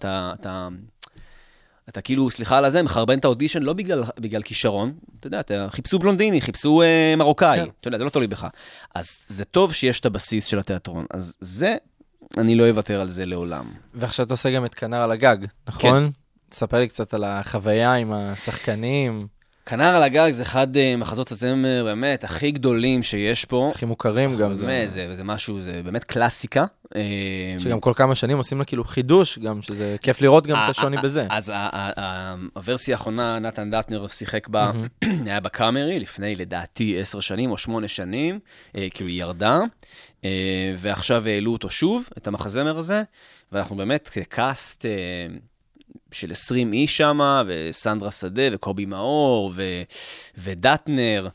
אתה כאילו, סליחה על הזה, מחרבן את האודישן לא בגלל כישרון, אתה יודע, חיפשו בלונדיני, חיפשו מרוקאי, כן. אתה יודע, זה לא תלוי בך. אז זה טוב שיש את הבסיס של התיאטרון, אז זה, אני לא אוותר על זה לעולם. ועכשיו אתה עושה גם את כנר על הגג, נכון? כן. תספר לי קצת על החוויה עם השחקנים. כנר על הגג זה אחד מחזות הזמר באמת הכי גדולים שיש פה. הכי מוכרים גם. זה משהו, זה באמת קלאסיקה. שגם כל כמה שנים עושים לה כאילו חידוש, גם שזה כיף לראות גם את השוני בזה. אז הוורסיה האחרונה, נתן דטנר שיחק בה, היה בקאמרי לפני לדעתי 10 שנים או 8 שנים, כאילו היא ירדה, ועכשיו העלו אותו שוב, את המחזמר הזה, ואנחנו באמת קאסט של 20 איש שם, וסנדרה שדה, וקובי מאור, ודטנר,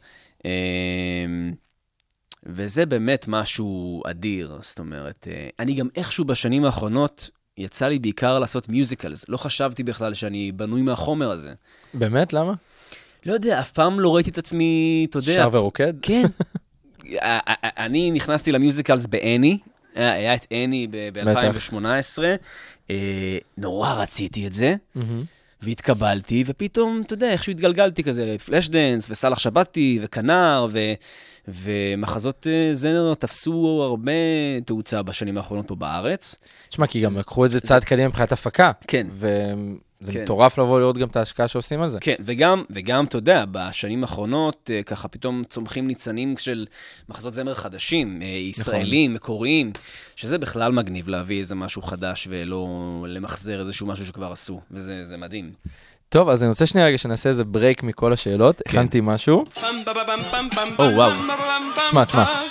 וזה באמת משהו אדיר, זאת אומרת, אני גם איכשהו בשנים האחרונות, יצא לי בעיקר לעשות מיוזיקלס, לא חשבתי בכלל שאני בנוי מהחומר הזה. באמת? למה? לא יודע, אף פעם לא ראיתי את עצמי, אתה יודע. שר ורוקד? כן. אני נכנסתי למיוזיקלס באני, היה את אני ב-2018, נורא רציתי את זה, והתקבלתי, ופתאום, אתה יודע, איכשהו התגלגלתי כזה, פלאש דנס, וסלח שבתי, וכנר, ומחזות זמר תפסו הרבה תאוצה בשנים האחרונות פה בארץ. תשמע, כי גם לקחו את זה צעד קדימה מבחינת הפקה. כן. זה מטורף לבוא לראות גם את ההשקעה שעושים על זה. כן, וגם, אתה יודע, בשנים האחרונות, ככה פתאום צומחים ניצנים של מחזות זמר חדשים, ישראלים, מקוריים, שזה בכלל מגניב להביא איזה משהו חדש, ולא למחזר איזשהו משהו שכבר עשו, וזה מדהים. טוב, אז אני רוצה שנייה רגע שנעשה איזה ברייק מכל השאלות. הכנתי משהו. וואו. תשמע.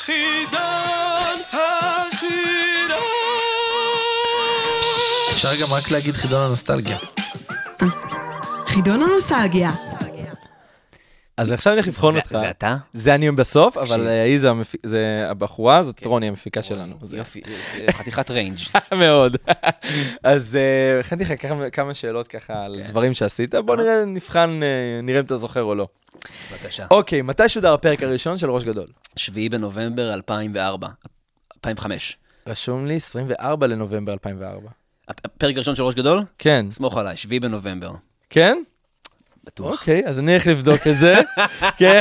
אפשר גם רק להגיד חידון הנוסטלגיה. חידון הנוסטלגיה. אז עכשיו אני הולך לבחון אותך. זה אתה? זה אני בסוף, אבל היא זה הבחורה, זאת רוני המפיקה שלנו. יופי, חתיכת ריינג'. מאוד. אז הכנתי לך כמה שאלות ככה על דברים שעשית. בוא נבחן, נראה אם אתה זוכר או לא. בבקשה. אוקיי, מתי שודר הפרק הראשון של ראש גדול? 7 בנובמבר 2005. רשום לי 24 לנובמבר 2004. הפרק הראשון של ראש גדול? כן. סמוך עליי, 7 בנובמבר. כן? בטוח. אוקיי, אז אני הולך לבדוק את זה. כן.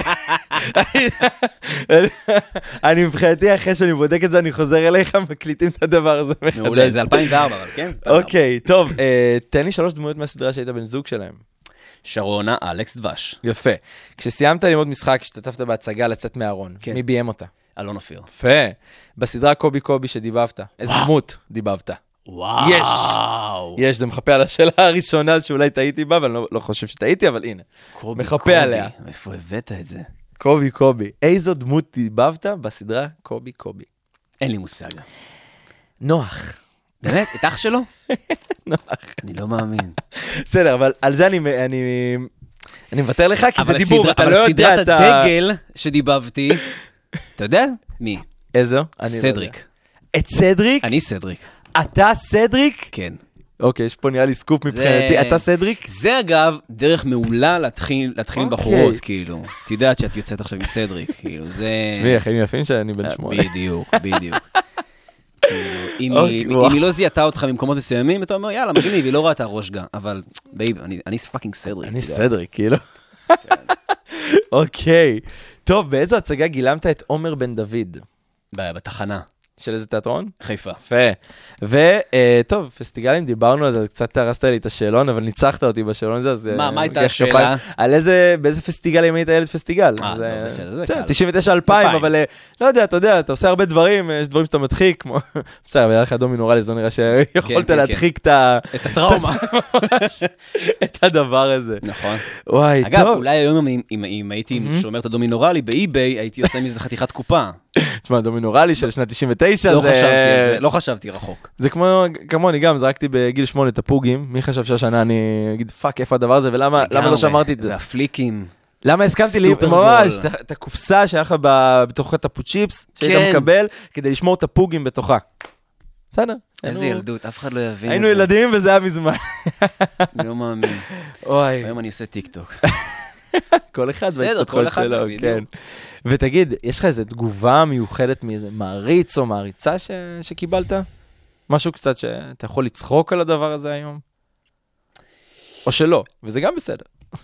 אני מבחינתי, אחרי שאני בודק את זה, אני חוזר אליך, מקליטים את הדבר הזה. מעולה, זה 2004, אבל כן? אוקיי, טוב, תן לי 3 דמויות מהסדרה שהיית בן זוג שלהם. שרונה, אלכס דבש. יפה. כשסיימת ללמוד משחק, השתתפת בהצגה לצאת מהארון, מי ביים אותה? אלון אופיר. יפה. בסדרה קובי קובי שדיבבת, איזה דמות דיבבת? וואו. יש, זה מחפה על השאלה הראשונה שאולי טעיתי בה, ואני לא חושב שטעיתי, אבל הנה. מחפה עליה. איפה הבאת את זה? קובי קובי. איזו דמות דיבבת בסדרה קובי קובי? אין לי מושג. נוח. באמת? את אח שלו? נוח. אני לא מאמין. בסדר, אבל על זה אני מוותר לך, כי זה דיבור, אתה לא יודע אבל סדרת הדגל שדיבבתי, אתה יודע? מי? איזו? סדריק. את סדריק? אני סדריק. אתה סדריק? כן. אוקיי, יש פה נראה לי סקופ מבחינתי. אתה סדריק? זה אגב דרך מעולה להתחיל עם בחורות, כאילו. את יודעת שאת יוצאת עכשיו עם סדריק, כאילו, זה... תשמעי, החיים יפים שאני בן 8. בדיוק. אם היא לא זיהתה אותך ממקומות מסוימים, אתה אומר, יאללה, מגניב, היא לא ראתה ראש גה, אבל, בייב, אני פאקינג סדריק. אני סדריק, כאילו. אוקיי. טוב, באיזו הצגה גילמת את עומר בן דוד? בתחנה. של איזה תיאטרון? חיפה. יפה. וטוב, פסטיגלים, דיברנו על זה, קצת הרסת לי את השאלון, אבל ניצחת אותי בשאלון הזה, אז... מה הייתה השאלה? על באיזה פסטיגלים היית ילד פסטיגל? בסדר, זה קל. 99-2000, אבל לא יודע, אתה עושה הרבה דברים, יש דברים שאתה מדחיק, כמו... בסדר, אבל היה לך דומינורלי, זו נראה שיכולת להדחיק את הטראומה. את הדבר הזה. נכון. וואי, טוב. אגב, אולי היום אם הייתי שומר את הדומינורלי באי-ביי, הייתי עושה מזה חתיכת קופה. תשמע, דומינורלי של שנת 99, לא חשבתי רחוק. זה כמוני גם, זרקתי בגיל 8 את הפוגים, מי חשב שהשנה אני אגיד, פאק, איפה הדבר הזה, ולמה לא שמרתי את זה? והפליקים. למה הסכמתי לי ממש את הקופסה שהיה לך בתוך הטפו צ'יפס, שהיית מקבל, כדי לשמור את הפוגים בתוכה. בסדר. איזה ילדות, אף אחד לא יבין את זה. היינו ילדים וזה היה מזמן. אני לא מאמין. אוי. היום אני עושה טיק טוק. כל אחד בהתפתחות שלו, כן. ותגיד, יש לך איזו תגובה מיוחדת מאיזה מעריץ או מעריצה שקיבלת? משהו קצת שאתה יכול לצחוק על הדבר הזה היום? או שלא, וזה גם בסדר.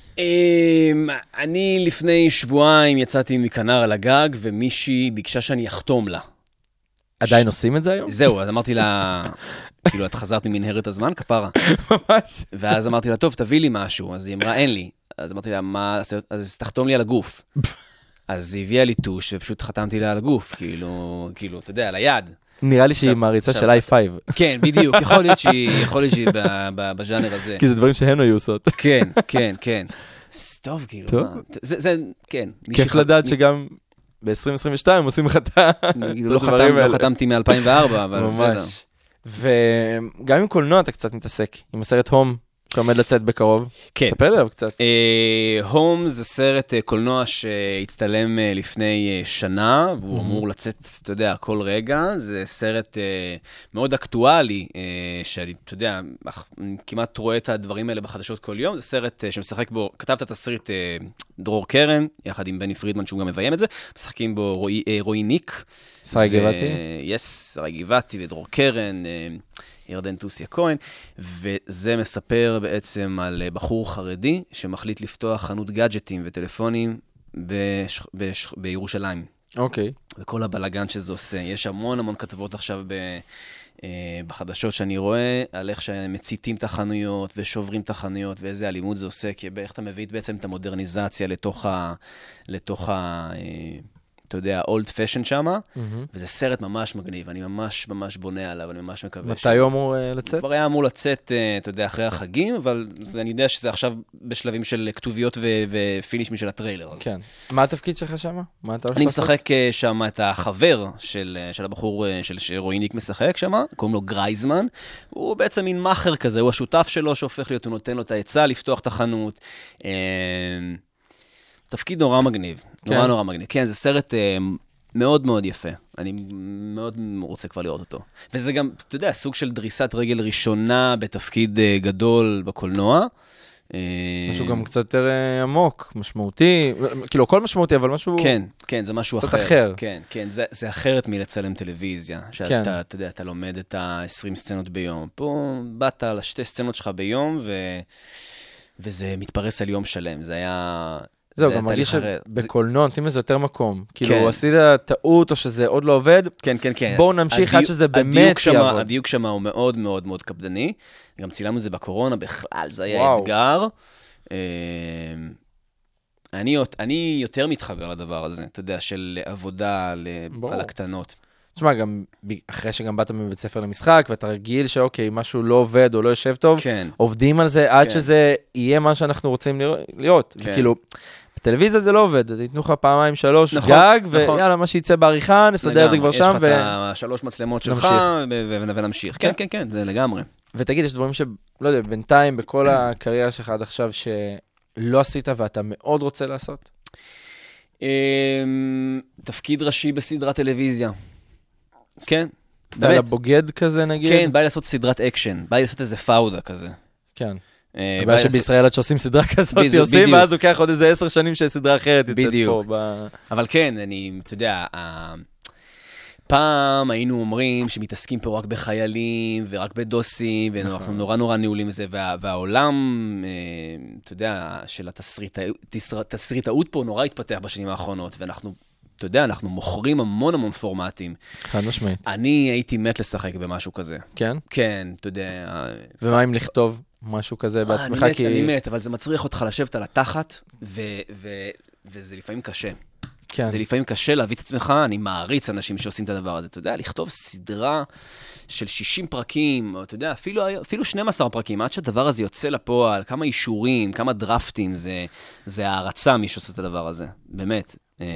אני לפני שבועיים יצאתי מכנר על הגג, ומישהי ביקשה שאני אחתום לה. עדיין עושים את זה היום? זהו, אז אמרתי לה, כאילו, את חזרת ממנהרת הזמן, כפרה. ממש. ואז אמרתי לה, טוב, תביא לי משהו. אז היא אמרה, אין לי. אז אמרתי לה, מה, אז תחתום לי על הגוף. אז היא הביאה לי טוש, ופשוט חתמתי לה על הגוף, כאילו, אתה יודע, על היד. נראה לי שהיא מעריצה של i5. כן, בדיוק, יכול להיות שהיא בז'אנר הזה. כי זה דברים שהן היו עושות. כן. טוב, כאילו, זה, כן. כיף לדעת שגם ב-2022 עושים לך את הדברים האלה. לא חתמתי מ-2004, אבל בסדר. ממש. וגם עם קולנוע אתה קצת מתעסק, עם הסרט הום. שעומד לצאת בקרוב. כן. ספר לי עליו קצת. הום זה סרט קולנוע שהצטלם לפני שנה, והוא אמור לצאת, אתה יודע, כל רגע. זה סרט מאוד אקטואלי, שאני, אתה יודע, כמעט רואה את הדברים האלה בחדשות כל יום. זה סרט שמשחק בו, כתבת את הסרט דרור קרן, יחד עם בני פרידמן, שהוא גם מביים את זה. משחקים בו רועי ניק. שרי גבעתי? יס, שרי גבעתי ודרור קרן. ירדן טוסיה כהן, וזה מספר בעצם על בחור חרדי שמחליט לפתוח חנות גאדג'טים וטלפונים בירושלים. אוקיי. וכל הבלגן שזה עושה. יש המון כתבות עכשיו בחדשות שאני רואה, על איך שהם מציתים את החנויות ושוברים את החנויות, ואיזה אלימות זה עושה, כי איך אתה מביא בעצם את המודרניזציה לתוך אתה יודע, אולד פשן שמה, וזה סרט ממש מגניב, אני ממש בונה עליו, אני ממש מקווה. מתי הוא אמור לצאת? כבר היה אמור לצאת, אתה יודע, אחרי החגים, אבל אני יודע שזה עכשיו בשלבים של כתוביות ופיניש משל הטריילר. כן. מה התפקיד שלך שמה? אני משחק שמה את החבר של הבחור שרועי ניק משחק שמה, קוראים לו גרייזמן, הוא בעצם מין מאחר כזה, הוא השותף שלו שהופך להיות, הוא נותן לו את העצה לפתוח את החנות, תפקיד נורא מגניב. כן. נורא נורא מגניב. כן, זה סרט מאוד מאוד יפה. אני מאוד רוצה כבר לראות אותו. וזה גם, אתה יודע, סוג של דריסת רגל ראשונה בתפקיד גדול בקולנוע. משהו גם קצת יותר עמוק, משמעותי, כאילו הכל משמעותי, אבל משהו... כן, כן, זה משהו אחר. קצת אחר. כן, כן, זה אחרת מלצלם טלוויזיה. כן. שאתה, אתה יודע, אתה לומד את ה-20 סצנות ביום. פה באת על 2 סצנות שלך ביום, וזה מתפרס על יום שלם. זה היה... זהו, גם מרגיש שבקולנוע נותנים לזה יותר מקום. כאילו, עשית טעות או שזה עוד לא עובד, כן, כן, כן. בואו נמשיך עד שזה באמת יעבוד. הדיוק שם הוא מאוד מאוד מאוד קפדני. גם צילמנו את זה בקורונה, בכלל זה היה אתגר. אני יותר מתחבר לדבר הזה, אתה יודע, של עבודה על הקטנות. תשמע, גם אחרי שגם באת מבית ספר למשחק, ואתה רגיל שאוקיי, משהו לא עובד או לא יושב טוב, עובדים על זה עד שזה יהיה מה שאנחנו רוצים להיות. וכאילו, בטלוויזיה זה לא עובד, ייתנו לך 2-3 גג, ויאללה, מה שיצא בעריכה, נסדר את זה כבר שם. יש לך 3 מצלמות שלך, ונמשיך. כן, כן, כן, זה לגמרי. ותגיד, יש דברים שלא יודע, בינתיים, בכל הקריירה שלך עד עכשיו, שלא עשית ואתה מאוד רוצה לעשות? תפקיד ראשי בסדרת טלוויזיה. כן. סטייל הבוגד כזה נגיד? כן, בא לי לעשות סדרת אקשן, בא לי לעשות איזה פאודה כזה. כן. הבעיה שבישראל עד שעושים סדרה כזאת, עושים, ואז לוקח עוד איזה 10 שנים שסדרה אחרת יוצאת פה. אבל כן, אתה יודע, פעם היינו אומרים שמתעסקים פה רק בחיילים ורק בדוסים, ואנחנו נורא נורא נעולים לזה, והעולם, אתה יודע, של התסריטאות פה נורא התפתח בשנים האחרונות, ואנחנו, אתה יודע, אנחנו מוכרים המון המון פורמטים. חד משמעית. אני הייתי מת לשחק במשהו כזה. כן? כן, אתה יודע. ומה אם לכתוב משהו כזה בעצמך? אני מת, אבל זה מצריך אותך לשבת על התחת, וזה לפעמים קשה. כן. זה לפעמים קשה להביא את עצמך, אני מעריץ אנשים שעושים את הדבר הזה. אתה יודע, לכתוב סדרה של 60 פרקים, או אתה יודע, אפילו 12 פרקים, עד שהדבר הזה יוצא לפועל, כמה אישורים, כמה דרפטים, זה הערצה מי שעושה את הדבר הזה. באמת.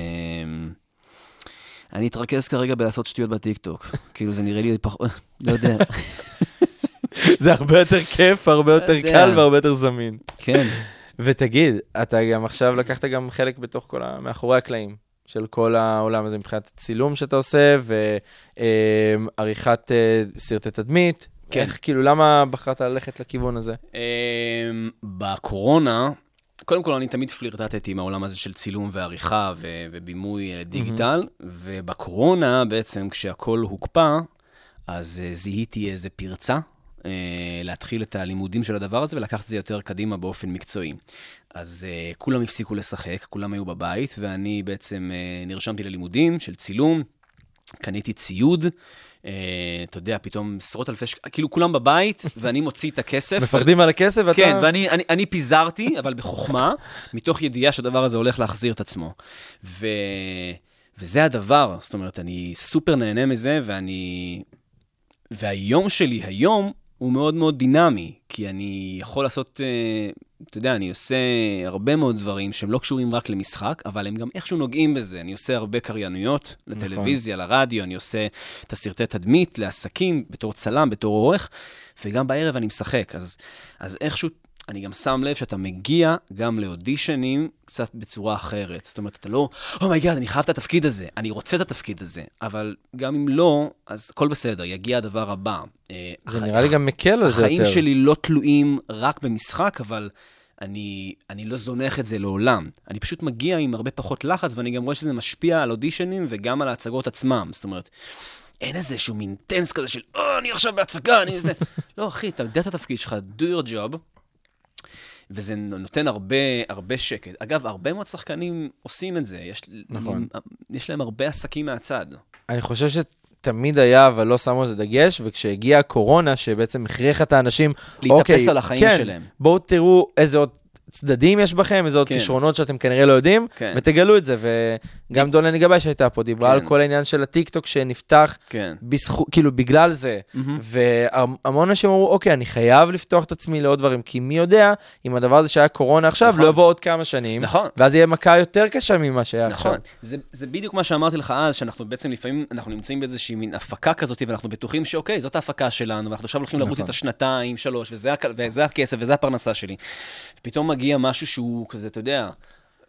אני אתרכז כרגע בלעשות שטויות בטיקטוק. כאילו זה נראה לי פחות, לא יודע. זה הרבה יותר כיף, הרבה יותר קל והרבה יותר זמין. כן. ותגיד, אתה גם עכשיו לקחת גם חלק בתוך כל מאחורי הקלעים של כל העולם הזה, מבחינת הצילום שאתה עושה, ועריכת סרטי תדמית. איך, כאילו, למה בחרת ללכת לכיוון הזה? בקורונה, קודם כל אני תמיד פלירטטתי עם העולם הזה של צילום ועריכה ובימוי דיגיטל, ובקורונה בעצם כשהכל הוקפא, אז זיהיתי איזה פרצה, להתחיל את הלימודים של הדבר הזה ולקחת את זה יותר קדימה באופן מקצועי. אז כולם הפסיקו לשחק, כולם היו בבית, ואני בעצם נרשמתי ללימודים של צילום, קניתי ציוד, אתה יודע, פתאום עשרות אלפי כאילו כולם בבית, ואני מוציא את הכסף. מפחדים על הכסף? כן, ואני פיזרתי, אבל בחוכמה, מתוך ידיעה שהדבר הזה הולך להחזיר את עצמו. וזה הדבר, זאת אומרת, אני סופר נהנה מזה, והיום שלי היום הוא מאוד מאוד דינמי, כי אני יכול לעשות, אתה יודע, אני עושה הרבה מאוד דברים שהם לא קשורים רק למשחק, אבל הם גם איכשהו נוגעים בזה. אני עושה הרבה קריינויות לטלוויזיה, לרדיו, אני עושה את הסרטי תדמית לעסקים, בתור צלם, בתור עורך, וגם בערב אני משחק. אז איכשהו, אני גם שם לב שאתה מגיע גם לאודישנים קצת בצורה אחרת. זאת אומרת, אתה לא, אומייגאד, אני חייב את התפקיד הזה, אני רוצה את התפקיד הזה, אבל גם אם לא, אז הכל בסדר, יגיע הדבר הבא. זה נראה לי גם מקל על זה יותר. החיים שלי לא תלויים רק במשחק, אבל אני לא זונח את זה לעולם. אני פשוט מגיע עם הרבה פחות לחץ, ואני גם רואה שזה משפיע על אודישנים וגם על ההצגות עצמם. זאת אומרת, אין איזשהו מין טנס כזה של, אני עכשיו בהצגה, אני איזה... לא, אחי, אתה יודע את התפקיד שלך, do your job, וזה נותן הרבה שקט. אגב, הרבה מאוד שחקנים עושים את זה. יש להם הרבה עסקים מהצד. אני חושב שתמיד היה, אבל לא שמו על זה דגש, וכשהגיעה הקורונה, שבעצם הכריח את האנשים, להתאפס על החיים שלהם. בואו תראו איזה עוד צדדים יש בכם, איזה עוד כישרונות שאתם כנראה לא יודעים, ותגלו את זה. וגם דולני גבאי שהייתה פה, דיברה על כל העניין של הטיקטוק שנפתח, כאילו בגלל זה. והמון אנשים אמרו, אוקיי, אני חייב לפתוח את עצמי לעוד דברים, כי מי יודע, אם הדבר הזה שהיה קורונה עכשיו, לא יבוא עוד כמה שנים, ואז יהיה מכה יותר קשה ממה שהיה עכשיו. זה בדיוק מה שאמרתי לך אז, שאנחנו בעצם לפעמים, אנחנו נמצאים באיזושהי מין הפקה כזאת, ואנחנו בטוחים שאוקיי, זאת ההפקה שלנו, ואנחנו עכשיו הולכים לרוץ את השנתיים, 3, וזה הכסף, וזה הפרנסה שלי. פתאום מגיע משהו שהוא כזה, אתה יודע,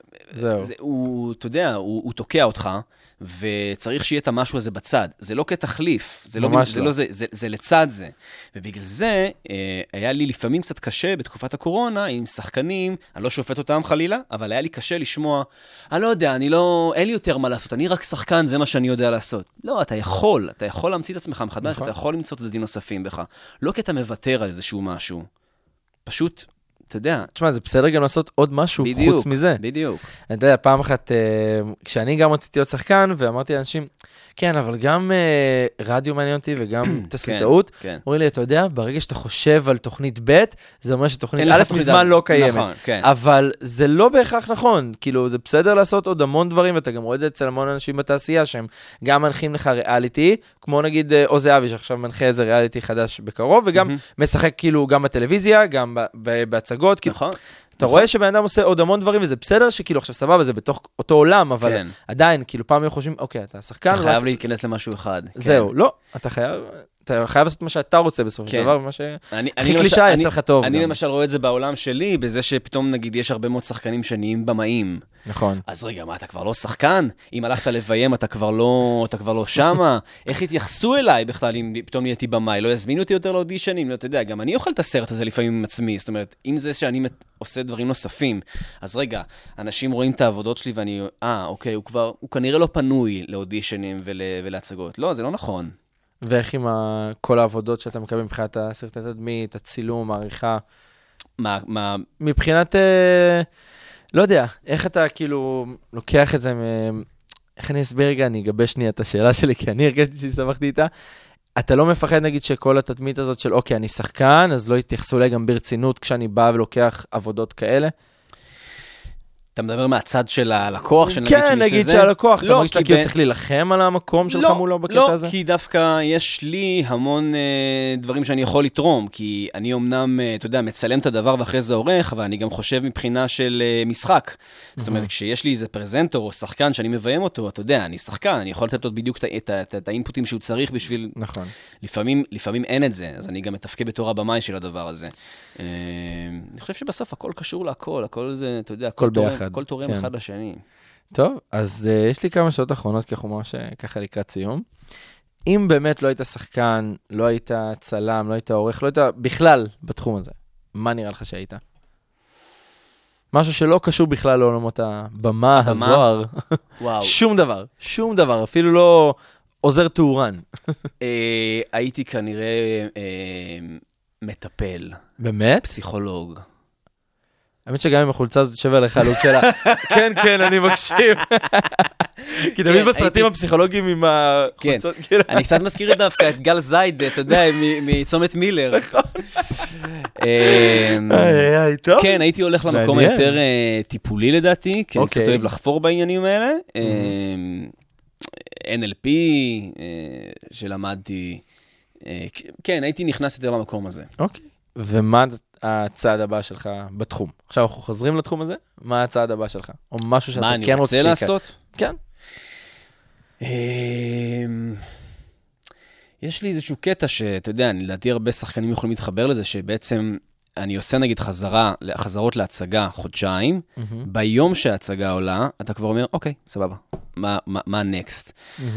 זהו. הוא, אתה יודע, הוא תוקע אותך, וצריך שיהיה את המשהו הזה בצד. זה לא כתחליף, ממש לא. זה לצד זה. ובגלל זה, היה לי לפעמים קצת קשה בתקופת הקורונה, עם שחקנים, אני לא שופט אותם חלילה, אבל היה לי קשה לשמוע, אני לא יודע, אין לי יותר מה לעשות, אני רק שחקן, זה מה שאני יודע לעשות. לא, אתה יכול להמציא את עצמך מחדש, אתה יכול למצוא צדדים נוספים בך. לא כי אתה מוותר על איזשהו משהו. פשוט, אתה יודע. תשמע, זה בסדר גם לעשות עוד משהו חוץ מזה. בדיוק. אני יודע, פעם אחת, כשאני גם רציתי להיות שחקן, ואמרתי לאנשים, כן, אבל גם רדיו מעניין אותי, וגם תסריטאות, אומרים לי, אתה יודע, ברגע שאתה חושב על תוכנית ב', זה אומר שתוכנית א' מזמן לא קיימת. אבל זה לא בהכרח נכון. כאילו, זה בסדר לעשות עוד המון דברים, ואתה גם רואה את זה אצל המון אנשים בתעשייה, שהם גם מנחים לך ריאליטי, כמו נגיד עוזי אבי, שעכשיו מנחה איזה ריאליטי חדש בקרוב, וגם משחק כאילו גם בטלוויזיה, גם בהצגות. נכון. אתה רואה שבן אדם עושה עוד המון דברים, וזה בסדר שכאילו עכשיו סבבה, זה בתוך אותו עולם, אבל עדיין, כאילו פעם היו חושבים, אוקיי, אתה שחקן. אתה חייב להיכנס למשהו אחד. זהו, לא, אתה חייב לעשות מה שאתה רוצה בסופו של דבר, ומה הכי קלישה יעשה לך טוב. אני למשל רואה את זה בעולם שלי, בזה שפתאום נגיד יש הרבה מאוד שחקנים שנהיים במאים. נכון. אז רגע, מה, אתה כבר לא שחקן? אם הלכת לביים, אתה כבר לא שמה? איך התייחסו אליי בכלל אם פתאום נהייתי במאי? לא יזמינו אותי יותר לאודישנים? לא, אתה יודע, גם אני אוכל את הסרט הזה לפעמים עם עצמי. זאת אומרת, אם זה שאני עושה דברים נוספים, אז רגע, אנשים רואים את העבודות שלי ואני, אוקיי, הוא כנראה לא פנוי לאודישנים ולהצגות. לא, זה לא נכון. ואיך עם כל העבודות שאתה מקבל מבחינת הסרטי תדמית, הצילום, העריכה? מה? מבחינת, לא יודע, איך אתה כאילו לוקח את זה, איך אני אסביר רגע, אני אגבש שנייה את השאלה שלי, כי אני הרגשתי שסמכתי איתה. אתה לא מפחד נגיד שכל התדמית הזאת של אוקיי, אני שחקן, אז לא יתייחסו לי גם ברצינות כשאני בא ולוקח עבודות כאלה? אתה מדבר מהצד של הלקוח? כן, נגיד שהלקוח, אתה מרגיש שאתה כאילו צריך להילחם על המקום שלך מולו בקטע הזה? לא, כי דווקא יש לי המון דברים שאני יכול לתרום, כי אני אמנם, אתה יודע, מצלם את הדבר ואחרי זה עורך, אבל אני גם חושב מבחינה של משחק. זאת אומרת, כשיש לי איזה פרזנטור או שחקן שאני מביים אותו, אתה יודע, אני שחקן, אני יכול לתת לו בדיוק את האינפוטים שהוא צריך בשביל... נכון. לפעמים אין את זה, אז אני גם מתפקד בתור הבמאי של הדבר הזה. אני חושב שבסוף הכל קשור להכל, הכל זה, אתה יודע, הכל תורם אחד לשני. טוב, אז יש לי כמה שעות אחרונות, כי אנחנו ממש ככה לקראת סיום. אם באמת לא היית שחקן, לא היית צלם, לא היית עורך, לא היית בכלל בתחום הזה, מה נראה לך שהיית? משהו שלא קשור בכלל לעולמות הבמה, הזוהר. וואו. שום דבר, אפילו לא עוזר תאורן. הייתי כנראה מטפל. באמת? פסיכולוג. האמת שגם עם החולצה הזאת שווה לך הלוק שלה. כן, אני מקשיב. כי תמיד בסרטים הפסיכולוגיים עם החולצות. אני קצת מזכיר דווקא את גל זייד, אתה יודע, מצומת מילר. כן, הייתי הולך למקום היותר טיפולי לדעתי, כי אני קצת אוהב לחפור בעניינים האלה. NLP שלמדתי, כן, הייתי נכנס יותר למקום הזה. אוקיי. ומה הצעד הבא שלך בתחום? עכשיו אנחנו חוזרים לתחום הזה, מה הצעד הבא שלך? או משהו שאתה כן רוצה מה אני רוצה לעשות? כן. יש לי איזשהו קטע שאתה יודע, לדעתי הרבה שחקנים יכולים להתחבר לזה, שבעצם אני עושה נגיד חזרות להצגה חודשיים, ביום שההצגה עולה, אתה כבר אומר, אוקיי, סבבה, מה next?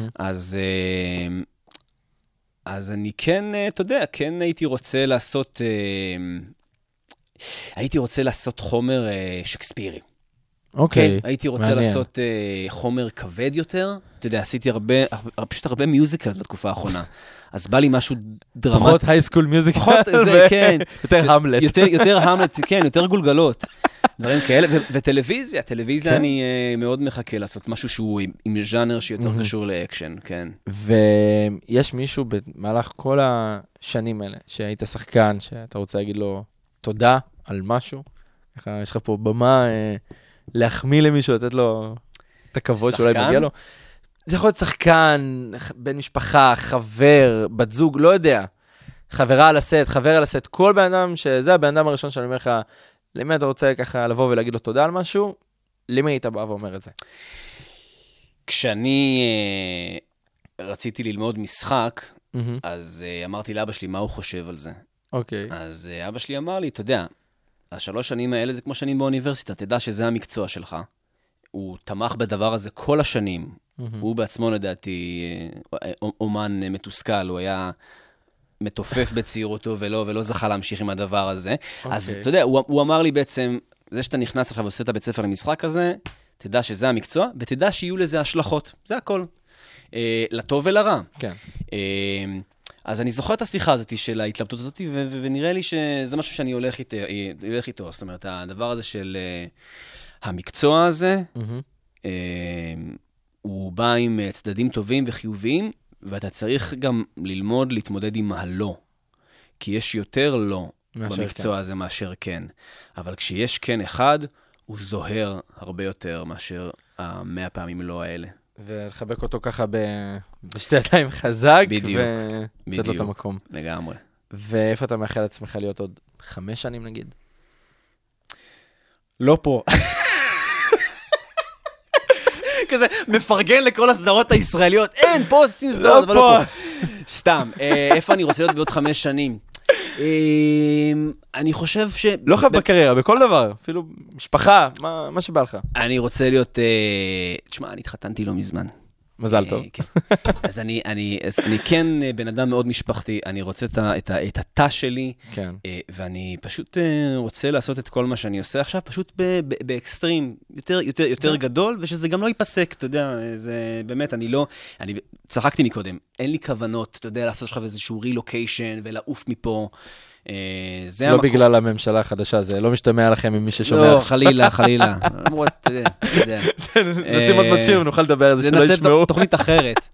אז אני כן, אתה יודע, כן הייתי רוצה לעשות חומר שקספירי. אוקיי, הייתי רוצה לעשות חומר כבד יותר. אתה יודע, עשיתי פשוט הרבה מיוזיקלס בתקופה האחרונה. אז בא לי משהו דרמטי. פחות הייסקול מיוזיקל. פחות זה, כן. יותר המלט. יותר המלט, כן, יותר גולגלות. דברים כאלה. וטלוויזיה, אני מאוד מחכה לעשות משהו שהוא עם ז'אנר שיותר קשור לאקשן, כן. ויש מישהו במהלך כל השנים האלה, שהיית שחקן, שאתה רוצה להגיד לו תודה על משהו? יש לך פה במה להחמיא למישהו, לתת לו את הכבוד שאולי מגיע לו. זה יכול להיות שחקן, בן משפחה, חבר, בת זוג, לא יודע. חברה על הסט, חבר על הסט, כל בן אדם שזה הבן אדם הראשון שאני אומר לך, למי אתה רוצה ככה לבוא ולהגיד לו תודה על משהו? למי היית בא ואומר את זה? כשאני רציתי ללמוד משחק, אז אמרתי לאבא שלי מה הוא חושב על זה. אוקיי. אז אבא שלי אמר לי, אתה יודע, 3 שנים האלה זה כמו שנים באוניברסיטה, תדע שזה המקצוע שלך. הוא תמך בדבר הזה כל השנים. הוא בעצמו, לדעתי, אומן מתוסכל, הוא היה מתופף בצעירותו ולא זכה להמשיך עם הדבר הזה. אז אתה יודע, הוא אמר לי בעצם, זה שאתה נכנס עכשיו ועושה את הבית ספר למשחק הזה, תדע שזה המקצוע, ותדע שיהיו לזה השלכות. זה הכל. לטוב ולרע. כן. אז אני זוכר את השיחה הזאת של ההתלבטות הזאת, ונראה לי שזה משהו שאני הולך איתו. זאת אומרת, הדבר הזה של המקצוע הזה, הוא בא עם צדדים טובים וחיוביים, ואתה צריך גם ללמוד להתמודד עם הלא. כי יש יותר לא במקצוע הזה מאשר כן. אבל כשיש כן אחד, הוא זוהר הרבה יותר מאשר 100 פעמים לא האלה. ולחבק אותו ככה בשתי ידיים חזק. בדיוק. לתת לו את המקום. לגמרי. ואיפה אתה מאחל לעצמך להיות עוד 5 שנים נגיד? לא פה. כזה מפרגן לכל הסדרות הישראליות. אין, פה עושים סדרות, אבל לא פה. סתם, איפה אני רוצה להיות בעוד 5 שנים? אני חושב ש... לא חייב בקריירה, בכל דבר. אפילו משפחה, מה שבא לך. אני רוצה להיות... תשמע, אני התחתנתי לא מזמן. מזל טוב. אז אני כן בן אדם מאוד משפחתי, אני רוצה את התא שלי, ואני פשוט רוצה לעשות את כל מה שאני עושה עכשיו, פשוט באקסטרים, יותר גדול, ושזה גם לא ייפסק, אתה יודע, זה באמת, אני צחקתי מקודם, אין לי כוונות, אתה יודע, לעשות עכשיו איזשהו רילוקיישן, ולעוף מפה, לא בגלל הממשלה החדשה, זה לא משתמע לכם עם מי ששומע. לא, חלילה. למרות, אתה יודע. נשים עוד מצ'יר ונוכל לדבר על זה שלא ישמעו. זה נעשה תוכנית אחרת.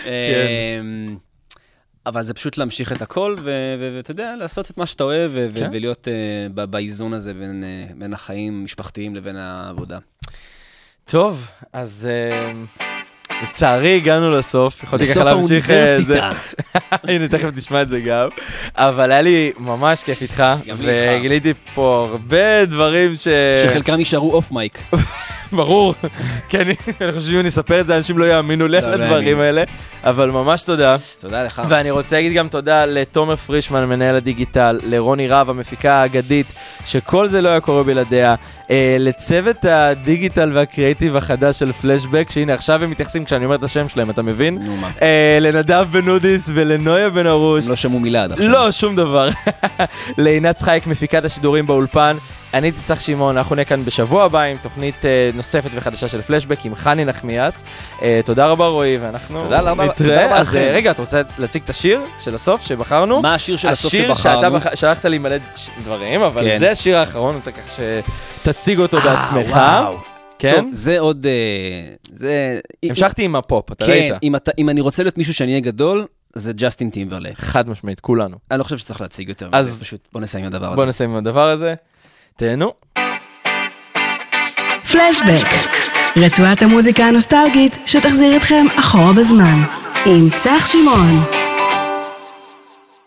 אבל זה פשוט להמשיך את הכל, ואתה יודע, לעשות את מה שאתה אוהב, ולהיות באיזון הזה בין החיים המשפחתיים לבין העבודה. טוב, אז... לצערי הגענו לסוף, יכולתי ככה להמשיך... האוניברסיטה. הנה, תכף נשמע את זה גם. אבל היה לי ממש כיף איתך, וגיליתי פה הרבה דברים שחלקם יישארו אוף מייק. ברור. כן, אני חושב שאם נספר את זה, אנשים לא יאמינו לי על הדברים האלה. אבל ממש תודה. תודה לך. ואני רוצה להגיד גם תודה לתומר פרישמן, מנהל הדיגיטל, לרוני רב, המפיקה האגדית, שכל זה לא היה קורה בלעדיה, לצוות הדיגיטל והקריאיטיב החדש של פלשבק, שהנה עכשיו הם מתייחסים כשאני אומר את השם שלהם, אתה מבין? נו מה. לנדב בן אודיס ולנויה בן ארוש. הם לא שמעו מילה עד עכשיו. לא, שום דבר. לעינת צחייק, מפיקת השידורים באולפן. אני הייתי צח שמעון, אנחנו נהיה כאן בשבוע הבא עם תוכנית נוספת וחדשה של פלשבק עם חני נחמיאס. תודה רבה רועי, ואנחנו נתראה. אז רגע, אתה רוצה להציג את השיר של הסוף שבחרנו? מה השיר של הסוף שבחרנו? השיר שאתה שלחת לי מלא דברים, אבל זה השיר האחרון, אני רוצה ככה שתציג אותו בעצמך. כן? טוב, זה עוד... המשכתי עם הפופ, אתה ראית? כן, אם אני רוצה להיות מישהו שאני אהיה גדול, זה ג'סטין טימברלייק. חד משמעית, כולנו. אני לא חושב שצריך להציג יותר. אז פשוט בוא נסיים עם הדבר הזה. בוא נסיים עם הדבר הזה. תהנו. פלשבק, רצועת המוזיקה הנוסטלגית שתחזיר אתכם אחורה בזמן, עם צח שמעון.